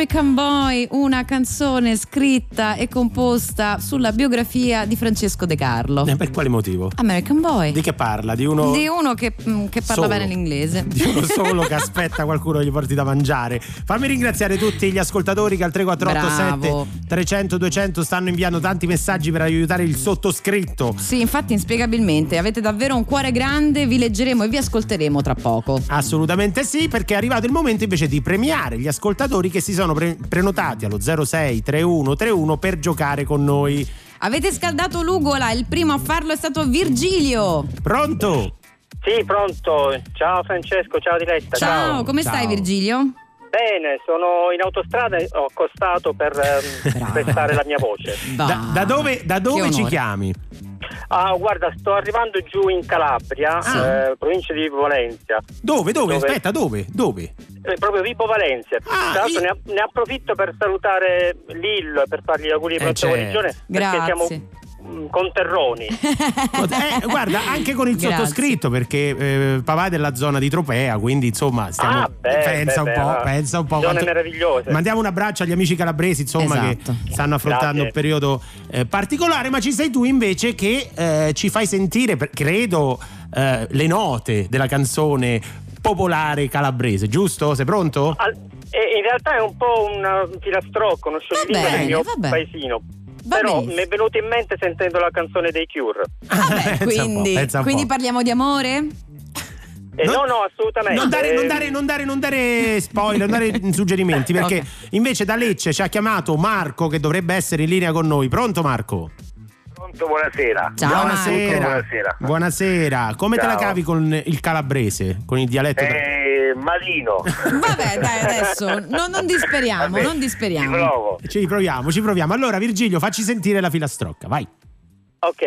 American Boy, una canzone scritta e composta sulla biografia di Francesco De Carlo. Per quale motivo? American Boy. Di che parla? Di uno che parla solo. bene l'inglese. Di uno solo che aspetta qualcuno che gli porti da mangiare. Fammi ringraziare tutti gli ascoltatori che al 3487 300 200 stanno inviando tanti messaggi per aiutare il sottoscritto. Sì, infatti inspiegabilmente avete davvero un cuore grande, vi leggeremo e vi ascolteremo tra poco. Assolutamente sì, perché è arrivato il momento invece di premiare gli ascoltatori che si sono prenotati allo 06 31 31 per giocare con noi. Avete scaldato l'ugola, il primo a farlo è stato Virgilio. Pronto? Sì, pronto. Ciao Francesco, ciao Diletta. Ciao, come Ciao. stai Virgilio? Bene, sono in autostrada e ho accostato per prestare la mia voce. Da dove Che ci onore. chiami? Ah, guarda, sto arrivando giù in Calabria, provincia di Vibo Valentia. Dove? Aspetta, dove? Proprio Vibo Valentia. Ah, Tra l'altro ne approfitto per salutare Lillo e per fargli gli auguri per la sua certo. guarigione, perché Grazie. siamo conterroni. Guarda, anche con il Grazie. sottoscritto, perché papà è della zona di Tropea, quindi insomma stiamo, pensa un po'. Zone meravigliose. Mandiamo un abbraccio agli amici calabresi, insomma, Esatto. che stanno affrontando Grazie. un periodo particolare, ma ci sei tu invece che ci fai sentire, credo, le note della canzone popolare calabrese, giusto? Sei pronto? In realtà è un po' un filastrocco, uno scioglilingua bene, del mio vabbè. paesino. Va Però benissimo. mi è venuto in mente sentendo la canzone dei Cure. Vabbè, Pensa un po', pensa un quindi po'. parliamo di amore? No, assolutamente. Non dare spoiler, non dare suggerimenti, perché Ok. invece da Lecce ci ha chiamato Marco, che dovrebbe essere in linea con noi. Pronto Marco? Pronto, buonasera. Ciao, Buonasera. Buonasera. Come te la Ciao. cavi con il calabrese, con il dialetto? Malino. Vabbè, dai, adesso non disperiamo, Vabbè, non disperiamo. Ci provo. Ci proviamo. Allora Virgilio, facci sentire la filastrocca, vai. Ok.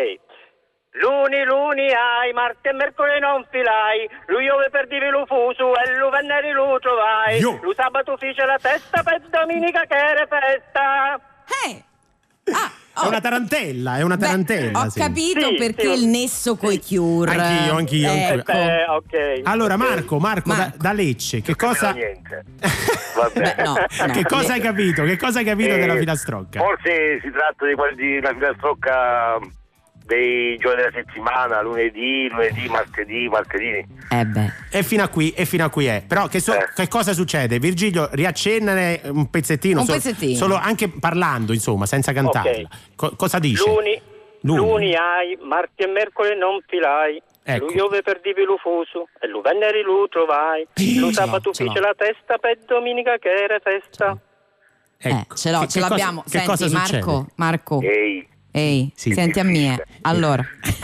Luni ai, martedì e mercoledì non filai, lui ove perdivi lo fuso e lo venerdì lo trovai, Io. lo sabato fece la festa per domenica che era festa. È una tarantella, Ho sì. capito Sì, perché sì. il nesso coi Cure. Anch'io. Ecco. Ok. Allora Marco, Marco. Da Lecce, che cosa Niente. Vabbè. Beh, no. che cosa hai capito? Che cosa hai capito della filastrocca? Forse si tratta di una filastrocca dei giorni della settimana, lunedì, martedì. E fino a qui è. Però che cosa succede? Virgilio, riaccennane un pezzettino. Un pezzettino. Solo anche parlando, insomma, senza cantarla. Cosa dice? Luni ai, martedì e mercoledì non filai. Ecco. Lui ove perdivi lo fuso e lo venerdì lo trovai. Lo sabato ce l'ho. fece la testa per domenica che era festa. Ecco. Ce l'abbiamo. Che cosa Senti, succede? Marco. Ehi. Sì. Senti a mia. Allora,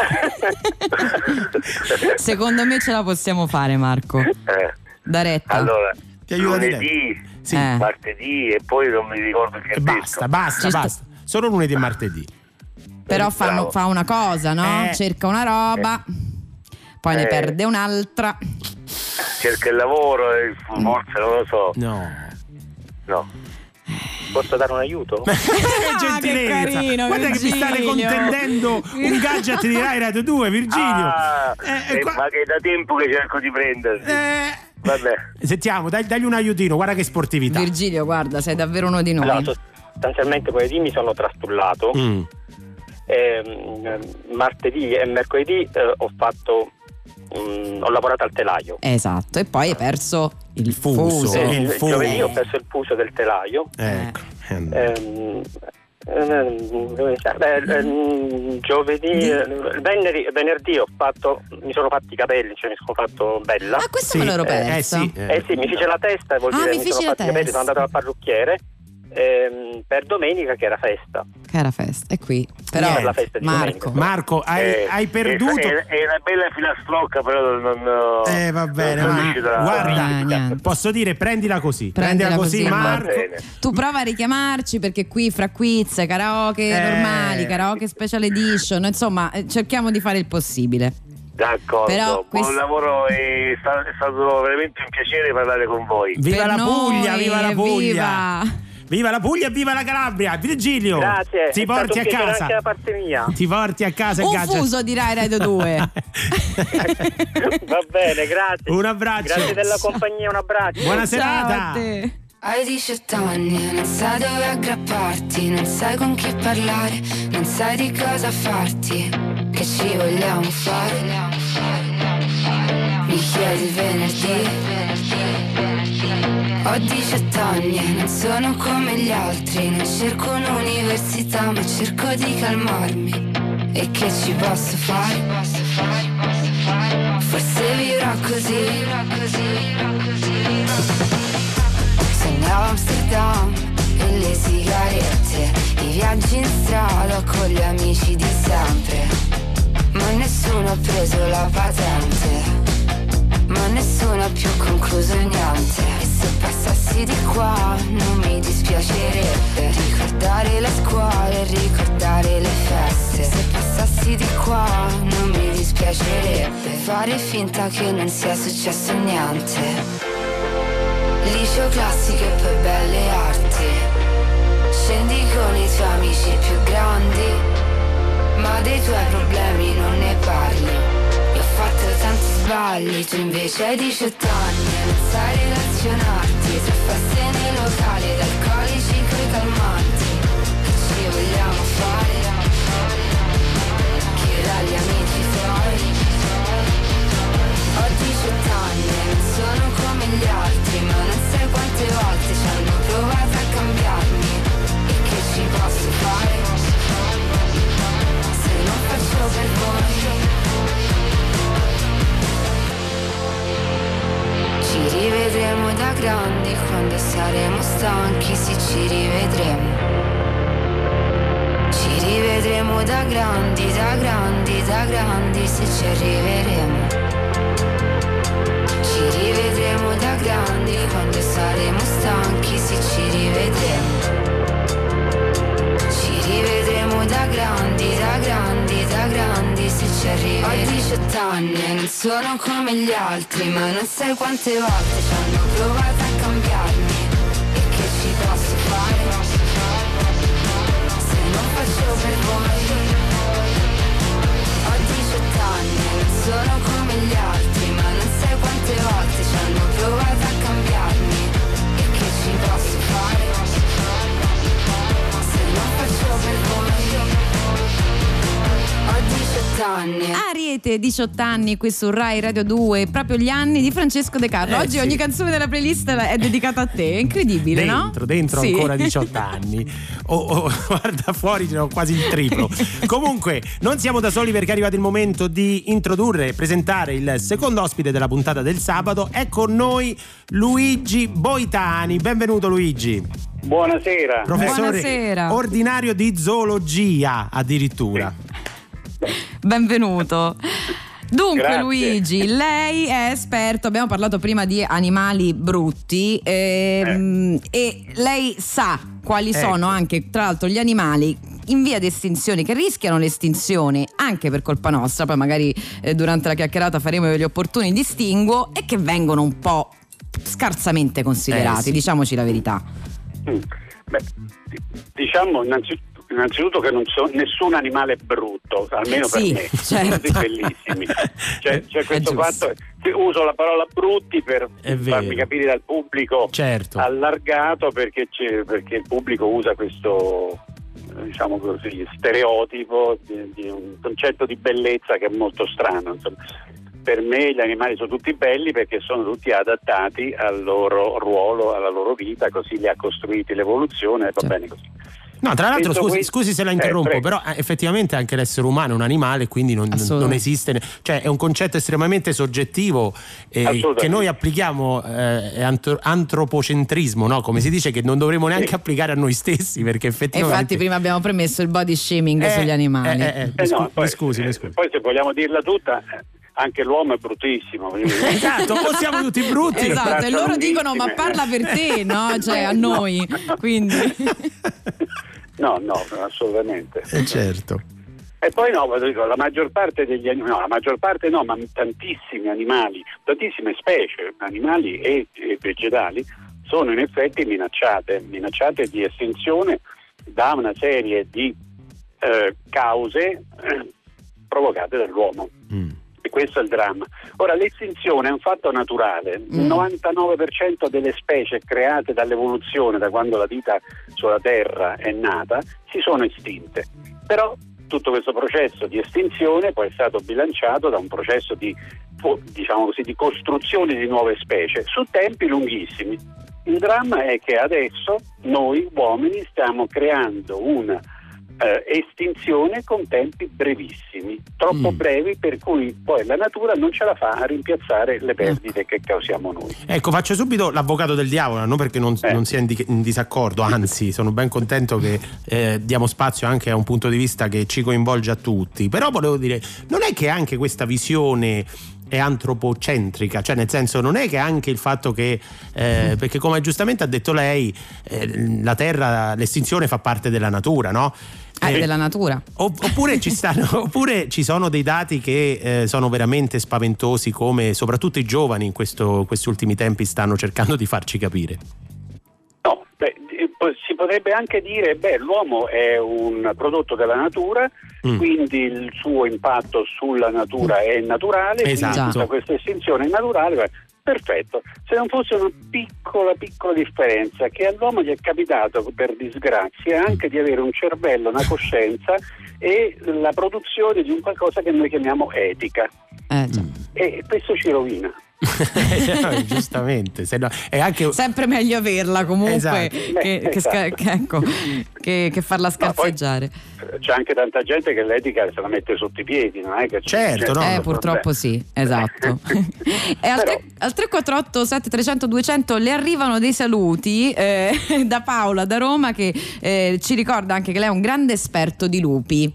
secondo me ce la possiamo fare, Marco. Da retta. Allora, Ti aiuta di lunedì, Sì. martedì e poi non mi ricordo che Basta. Solo lunedì e martedì. Però bravo. fa una cosa, no? Cerca una roba, poi ne perde un'altra. cerca il lavoro e forse non lo so. No. Posso dare un aiuto? Gentilezza. che carino, Guarda che mi state Virgilio. contendendo un gadget di Rai Radio 2, Virgilio. Ma qua- che è da tempo che cerco di prenderti. Vabbè. Sentiamo, dagli un aiutino, guarda che sportività. Virgilio, guarda, sei davvero uno di noi. Allora, sostanzialmente poi mi sono trastullato. Martedì e mercoledì ho lavorato al telaio. Esatto, e poi hai perso il fuso. Il fuso. Giovedì ho perso il fuso del telaio. Ecco. Giovedì, venerdì mi sono fatti i capelli, cioè mi sono fatto bella. Ah, questo me l'ero perso. sì, mi fece la testa, vuol dire mi mi feci sono la fatti i capelli, testa. sono andato al parrucchiere per domenica che era festa. Che era festa, è qui. Però Per la festa di Marco, hai perduto. È una bella filastrocca, però non Va bene, non ma riuscito a- guarda, niente. posso dire prendila così. Prendila così, Marco. Va bene. tu prova a richiamarci, perché qui fra quiz, karaoke normali, karaoke special edition, insomma, cerchiamo di fare il possibile. D'accordo, Però buon lavoro, è stato veramente un piacere parlare con voi. Viva Per la Puglia, noi, viva la Puglia. viva. Viva la Puglia e viva la Calabria. Virgilio, Grazie, ti è porti a stato un piacere casa. anche da parte mia. Ti porti a casa il Un gadget. fuso di Rai Radio 2. Va bene, grazie. Un abbraccio. Grazie della compagnia, un abbraccio. Buona Ciao serata. a te. Hai 18 anni e non sai dove aggrapparti, non sai con chi parlare, non sai di cosa farti, che ci vogliamo fare. Mi chiedi il venerdì. Ho 18 anni e non sono come gli altri, non cerco un'università ma cerco di calmarmi. E che ci posso fare? Forse vivrò così. Sognavo Amsterdam e le sigarette, i viaggi in strada con gli amici di sempre. Ma nessuno ha preso la patente, ma nessuno ha più concluso niente. E se passassi di qua non mi dispiacerebbe ricordare la scuola e ricordare le feste. Se passassi di qua non mi dispiacerebbe fare finta che non sia successo niente. Liceo classico e poi belle arti, scendi con i tuoi amici più grandi, ma dei tuoi problemi non ne parli. Io ho fatto tanti sbagli, tu invece hai 18 anni e non sai relazionarti. Tra feste nei locali ed alcolici coi calmanti. Che ci vogliamo fare? Chiedi agli amici tuoi. Ho 18 anni e non sono come gli altri, ma non sai quante volte ci hanno provato a cambiarmi. E che ci posso fare? Se non faccio per voi. Ci rivedremo da grandi quando saremo stanchi, sì ci rivedremo. Ci rivedremo da grandi, da grandi, da grandi, se ci arriveremo. Ci rivedremo da grandi quando saremo stanchi, sì ci rivedremo. Ci rivedremo da grandi, da grandi, da grandi, se ci arriveremo. Ho 18 anni e non sono come gli altri, ma non sai quante volte ci hanno provato a cambiarmi. E che ci posso fare? Se non faccio per voi. Ho 18 anni e non sono come gli altri, ma non sai quante volte ci hanno provato a cambiarmi. E che ci posso fare? Se non faccio per voi. Ho 18 anni. Ariete, 18 anni qui su Rai Radio 2, proprio gli anni di Francesco De Carlo. Oggi sì. ogni canzone della playlist è dedicata a te, è incredibile, dentro Sì. ancora 18 anni. Guarda, fuori ce n'ho quasi il triplo. Comunque non siamo da soli, perché è arrivato il momento di introdurre e presentare il secondo ospite della puntata del sabato. È con noi Luigi Boitani. Benvenuto Luigi. Buonasera. Professore Buonasera. ordinario di zoologia addirittura. Benvenuto. Dunque Grazie. Luigi, lei è esperto, abbiamo parlato prima di animali brutti e lei sa quali sono anche tra l'altro gli animali in via di estinzione, che rischiano l'estinzione anche per colpa nostra, poi magari durante la chiacchierata faremo gli opportuni distinguo, e che vengono un po' scarsamente considerati, sì. diciamoci la verità. Beh, diciamo innanzitutto che non so nessun animale è brutto, almeno Sì, per me, certo. sono tutti bellissimi. C'è questo giusto. fatto, uso la parola brutti per È vero. farmi capire dal pubblico Certo. allargato, perché il pubblico usa questo, diciamo così, stereotipo di un concetto di bellezza che è molto strano, insomma. Per me gli animali sono tutti belli perché sono tutti adattati al loro ruolo, alla loro vita, così li ha costruiti l'evoluzione e va bene così. No, tra l'altro, Detto scusi se la interrompo, prego. però effettivamente anche l'essere umano è un animale, quindi non esiste, cioè è un concetto estremamente soggettivo che noi applichiamo, antropocentrismo, no? Come si dice, che non dovremmo neanche applicare a noi stessi, perché E effettivamente... infatti prima abbiamo premesso il body shaming sugli animali. Mi scusi. Poi se vogliamo dirla tutta, anche l'uomo è bruttissimo. Esatto, o siamo tutti brutti. Esatto, e loro dicono ma parla per te, no? Cioè a noi, quindi... No, assolutamente. Certo. E poi la maggior parte degli animali, ma tantissimi animali, tantissime specie animali e vegetali sono in effetti minacciate di estinzione da una serie di cause provocate dall'uomo. E questo è il dramma. Ora, l'estinzione è un fatto naturale. Il 99% delle specie create dall'evoluzione, da quando la vita sulla Terra è nata, si sono estinte. Però tutto questo processo di estinzione poi è stato bilanciato da un processo di, diciamo così, di costruzione di nuove specie su tempi lunghissimi. Il dramma è che adesso noi uomini stiamo creando una estinzione con tempi brevissimi, troppo brevi, per cui poi la natura non ce la fa a rimpiazzare le perdite che causiamo noi. Ecco, faccio subito l'avvocato del diavolo, non perché non sia in disaccordo, anzi sono ben contento che diamo spazio anche a un punto di vista che ci coinvolge a tutti, però volevo dire, non è che anche questa visione è antropocentrica, cioè nel senso, non è che anche il fatto che perché come giustamente ha detto lei, la Terra, l'estinzione fa parte della natura, no? Della natura. Oppure ci sono dei dati che sono veramente spaventosi, come soprattutto i giovani in questi ultimi tempi stanno cercando di farci capire. No, si potrebbe anche dire, l'uomo è un prodotto della natura, quindi il suo impatto sulla natura è naturale, esatto. Quindi questa estinzione è naturale. Perfetto, se non fosse una piccola differenza, che all'uomo gli è capitato per disgrazia anche di avere un cervello, una coscienza e la produzione di un qualcosa che noi chiamiamo etica, e questo ci rovina. Giustamente, se no, è anche sempre meglio averla comunque, esatto. che farla scarseggiare. C'è anche tanta gente che l'etica se la mette sotto i piedi, non è che certo, no, purtroppo sì, esatto. E al 348 7300 200 le arrivano dei saluti da Paola da Roma, che ci ricorda anche che lei è un grande esperto di lupi.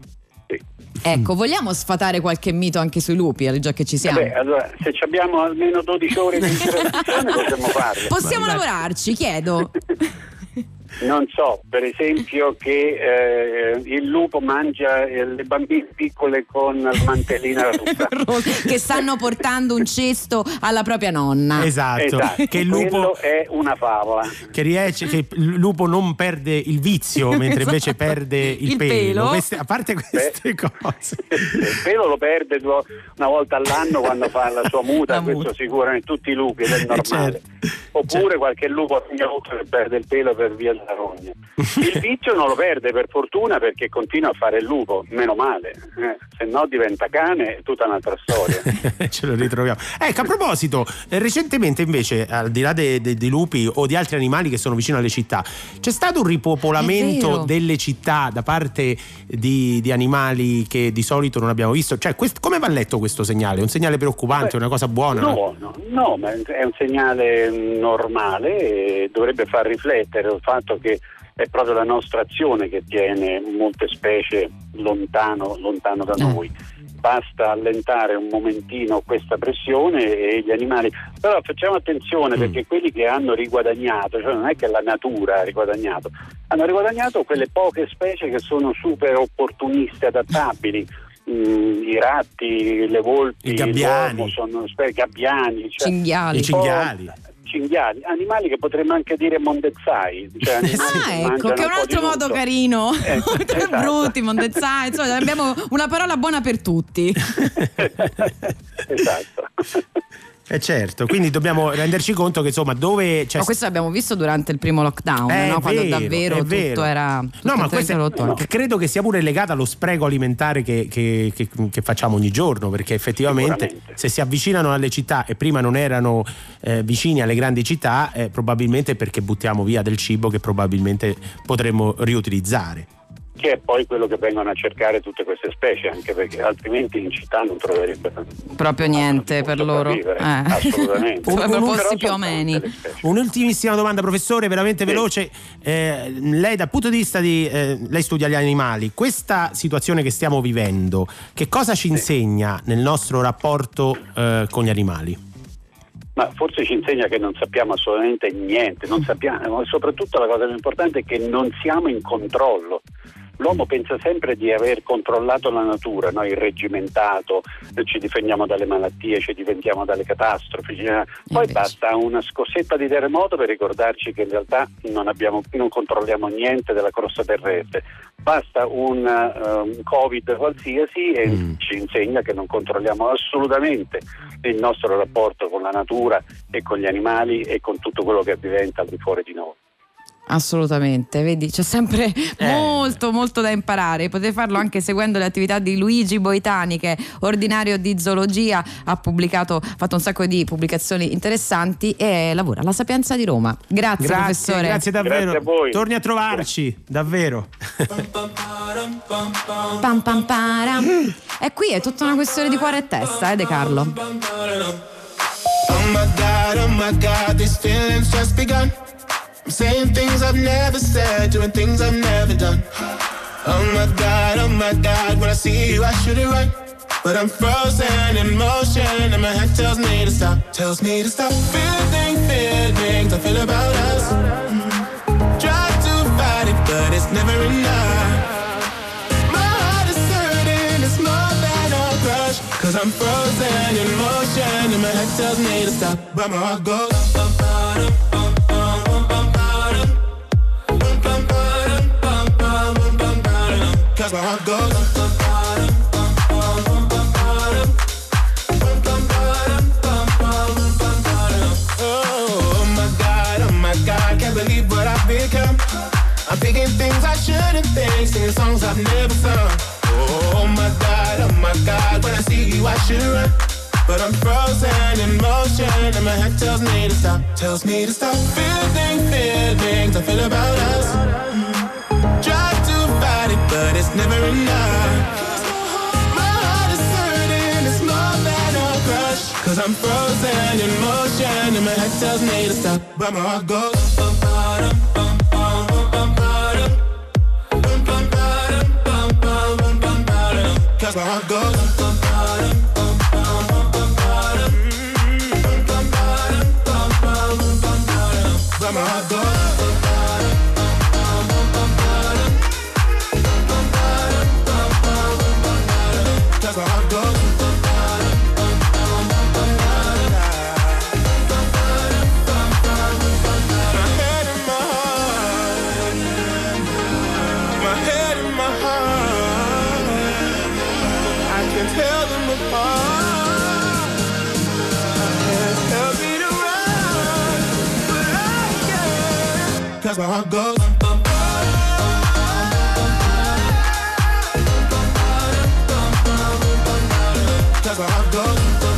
Ecco, vogliamo sfatare qualche mito anche sui lupi, già che ci siamo? Allora, se abbiamo almeno 12 ore di interazione possiamo farlo. Possiamo lavorarci, chiedo. Non so, per esempio che il lupo mangia le bambine piccole con la mantellina rossa che stanno portando un cesto alla propria nonna. Esatto. Che il lupo è una favola. Che il lupo non perde il vizio, mentre invece perde il pelo. A parte queste cose. Il pelo lo perde una volta all'anno quando fa la sua muta, questo sicuramente tutti i lupi, è normale. Oppure qualche lupo che perde il pelo per via della rogna. Il vizio non lo perde, per fortuna, perché continua a fare il lupo, meno male, se no diventa cane, è tutta un'altra storia. Ce lo ritroviamo. Ecco, a proposito, recentemente invece, al di là dei lupi o di altri animali che sono vicino alle città, c'è stato un ripopolamento delle città da parte di animali che di solito non abbiamo visto, cioè come va letto questo segnale? È un segnale preoccupante, una cosa buona? No, ma è un segnale normale e dovrebbe far riflettere sul fatto che è proprio la nostra azione che tiene molte specie lontano da noi. Basta allentare un momentino questa pressione e gli animali, però facciamo attenzione, perché quelli che hanno riguadagnato, cioè non è che la natura ha riguadagnato, hanno riguadagnato quelle poche specie che sono super opportuniste, adattabili. I ratti, le volpi, i gabbiani, sono gabbiani, cinghiali. I cinghiali, animali che potremmo anche dire mondezzai, cioè ecco, che è un altro modo carino. Esatto. Brutti, mondezzai, insomma abbiamo una parola buona per tutti. Esatto. Certo, quindi dobbiamo renderci conto che insomma dove c'è. Ma questo l'abbiamo visto durante il primo lockdown, no? Quando davvero tutto era. No, ma questo credo che sia pure legato allo spreco alimentare che facciamo ogni giorno, perché effettivamente se si avvicinano alle città e prima non erano vicini alle grandi città, probabilmente perché buttiamo via del cibo che probabilmente potremmo riutilizzare. Che è poi quello che vengono a cercare tutte queste specie, anche perché altrimenti in città non troverebbero proprio niente per loro. Assolutamente. Posti più o meno. Un'ultimissima domanda, professore, veramente veloce. Lei dal punto di vista lei studia gli animali, questa situazione che stiamo vivendo, che cosa ci insegna nel nostro rapporto con gli animali? Ma forse ci insegna che non sappiamo assolutamente niente, non sappiamo, soprattutto la cosa più importante è che non siamo in controllo. L'uomo pensa sempre di aver controllato la natura, noi irregimentato, ci difendiamo dalle malattie, ci difendiamo dalle catastrofi, poi basta una scossetta di terremoto per ricordarci che in realtà non controlliamo niente della crosta terrestre, basta un Covid qualsiasi e ci insegna che non controlliamo assolutamente il nostro rapporto con la natura e con gli animali e con tutto quello che avviene al di fuori di noi. Assolutamente, vedi, c'è sempre molto da imparare. Potete farlo anche seguendo le attività di Luigi Boitani, che è ordinario di zoologia, ha fatto un sacco di pubblicazioni interessanti e lavora alla Sapienza di Roma. Grazie professore. Grazie davvero. Grazie a voi. Torni a trovarci, davvero. Pam pam param. E qui è tutta una questione di cuore e testa, De Carlo. Oh my God, these feelings just begun. I'm saying things I've never said, doing things I've never done. Oh my God, when I see you I should it right, but I'm frozen in motion and my head tells me to stop. Feeling I feel about us. Try to fight it, but it's never enough. My heart is hurting, it's more than a crush, 'cause I'm frozen in motion and my head tells me to stop, but my heart goes cause my heart goes oh my God, can't believe what I've become. I'm thinking things I shouldn't think, singing songs I've never sung. Oh my God, when I see you I should run, but I'm frozen in motion and my head tells me to stop. Feeling I feel about us. Try to fight it, but it's never enough. My heart is hurting, it's more than a crush, 'cause I'm frozen in motion and my head tells me to stop, but my heart goes cause my heart goes but my heart goes. That's how it goes. My head and my heart, I can tell them apart. I can't help me to run, but I can. 'Cause my heart goes. That's how it goes.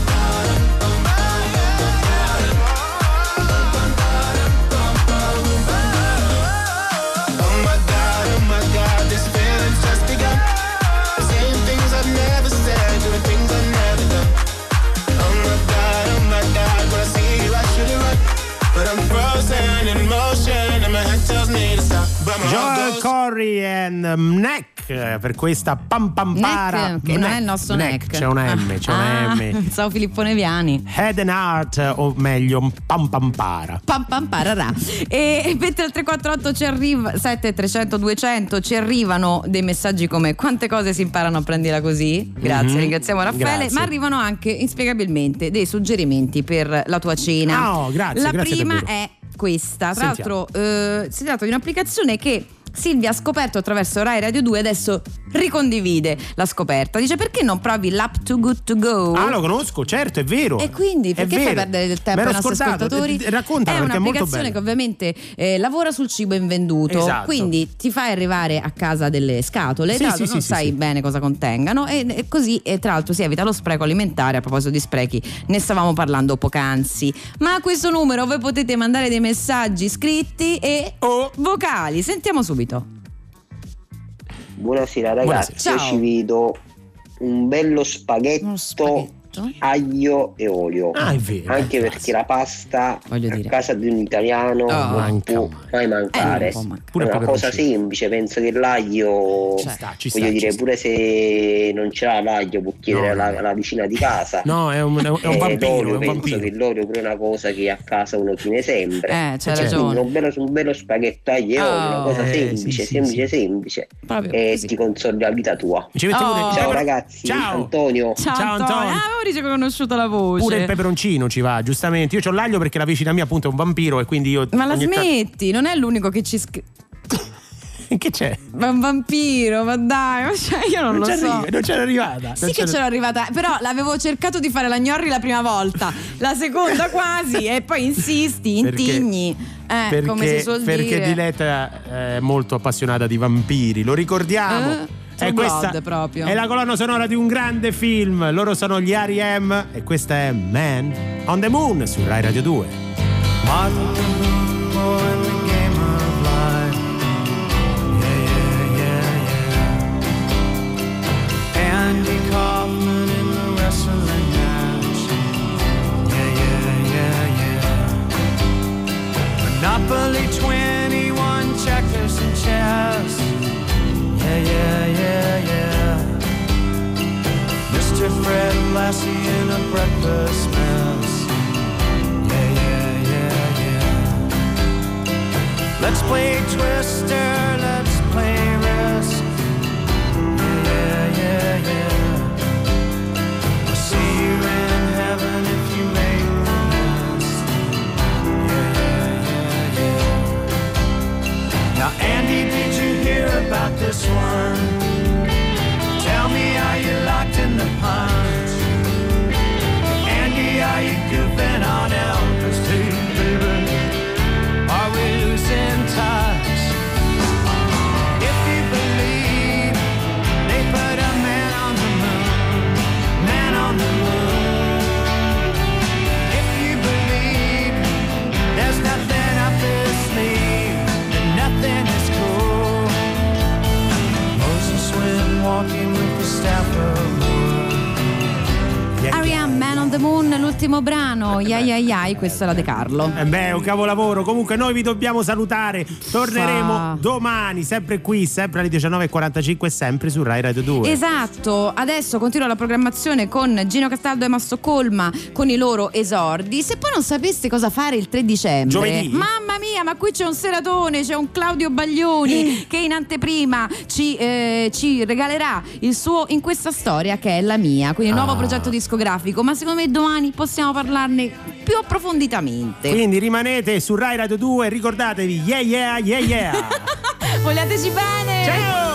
Oh my God, this feeling's just begun. Saying things I've never said, doing things I've never done. Oh my God, when I see you I should it right, but I'm frozen in motion and my head tells me to stop. Joel Corry and Neck per questa pam pam para, che non è il nostro Neck. C'è una M, Pensavo Filippo Neviani. Head and Heart, o meglio pam pam para. Pam pam pararà. E mentre al 348 ci arriva 7300 200 ci arrivano dei messaggi come: quante cose si imparano a prendila così. Grazie, ringraziamo Raffaele. Grazie. Ma arrivano anche inspiegabilmente dei suggerimenti per la tua cena. Oh, grazie. La grazie prima davvero. è questa. Tra Sentiamo. l'altro si tratta di un'applicazione che Silvia ha scoperto attraverso Rai Radio 2 e adesso ricondivide la scoperta. Dice: perché non provi l'app Too Good To Go? Ah, lo conosco, certo, è vero. E quindi perché fai perdere del tempo ai nostri ascoltatori? Raccontala, è perché è molto un'applicazione bella. che ovviamente lavora sul cibo invenduto. Esatto. Quindi ti fai arrivare a casa delle scatole, Sì, tra l'altro sì, non sì, sai sì. bene cosa contengano e così tra l'altro si evita lo spreco alimentare. A proposito di sprechi, ne stavamo parlando poc'anzi. Ma a questo numero voi potete mandare dei messaggi scritti e vocali. Sentiamo subito. Buonasera ragazzi, Buonasera. io Ciao. ci vedo un bello Uno spaghetto spaghetto. Esatto. aglio e olio. Ah, è vero. Anche perché la pasta Voglio a dire. casa di un italiano non manca può mai mancare. non può mancare. Pure è una cosa peperoncino. semplice, penso che l'aglio, Ci sta, ci voglio sta, dire, ci sta. pure se non ce l'ha l'aglio può chiedere No, no. la vicina di casa. No, è un vampiro, l'olio, è un penso vampiro. che l'olio pure è una cosa che a casa uno tiene sempre. C'hai Cioè, ragione. un bello spaghetto aglio e olio, una cosa semplice, sì. semplice. Proprio E così. ti consoli la vita tua. Ci metti pure Oh. Ciao ragazzi, Ciao. Antonio. Ciao, Ciao, Antonio. Antonio. Ora ci ho conosciuto la voce. Pure il peperoncino ci va, giustamente. Io c'ho l'aglio perché la vicina mia appunto è un vampiro e quindi io Ma la ogni tanto- smetti, non è l'unico che ci Che c'è? Ma un vampiro, ma dai, ma cioè, io non lo so. Non c'era arrivata. Sì che c'ero arrivata, però l'avevo cercato di fare la Gnorri la prima volta, la seconda quasi e poi insisti, intigni, come si suol perché dire. Diletta è molto appassionata di vampiri, lo ricordiamo. True Blood proprio. È la colonna sonora di un grande film. Loro sono gli R.E.M. e questa è Man on the Moon su Rai Radio 2. Martin Luther in the game of life. Yeah. Andy Kaufman in the wrestling match. Yeah. Monopoly 21, checkers and chess. Yeah. Mr. Fred Lassie in a breakfast mess. Let's play Twister, let's play Risk. Yeah. I'll see you in heaven if you make the list. Yeah. Now, Andy, did you hear about this one? Tell me, are you locked in the punch? Andy, are you goofing on Elvis too, baby? Are we losing touch? If you believe they put a man on the moon, man on the moon. If you believe there's nothing up his sleeve, then nothing is cool. Moses went walking with the staff of R.E.M. Man on the Moon, l'ultimo brano. Yai, questo era De Carlo. Beh, è un capolavoro. Comunque noi vi dobbiamo salutare. Torneremo domani, sempre qui, sempre alle 19.45, sempre su Rai Radio 2. Esatto, adesso continua la programmazione con Gino Castaldo e Emma Stoccolma con i loro esordi. Se poi non sapeste cosa fare il 3 dicembre, Giovedì? mamma mia, ma qui c'è un seratone, c'è un Claudio Baglioni che in anteprima ci regalerà il suo In questa storia che è la mia, quindi il nuovo progetto discografico, ma secondo me domani possiamo parlarne più approfonditamente. Quindi rimanete su Rai Radio 2, ricordatevi, yeah. Vogliateci bene! Ciao!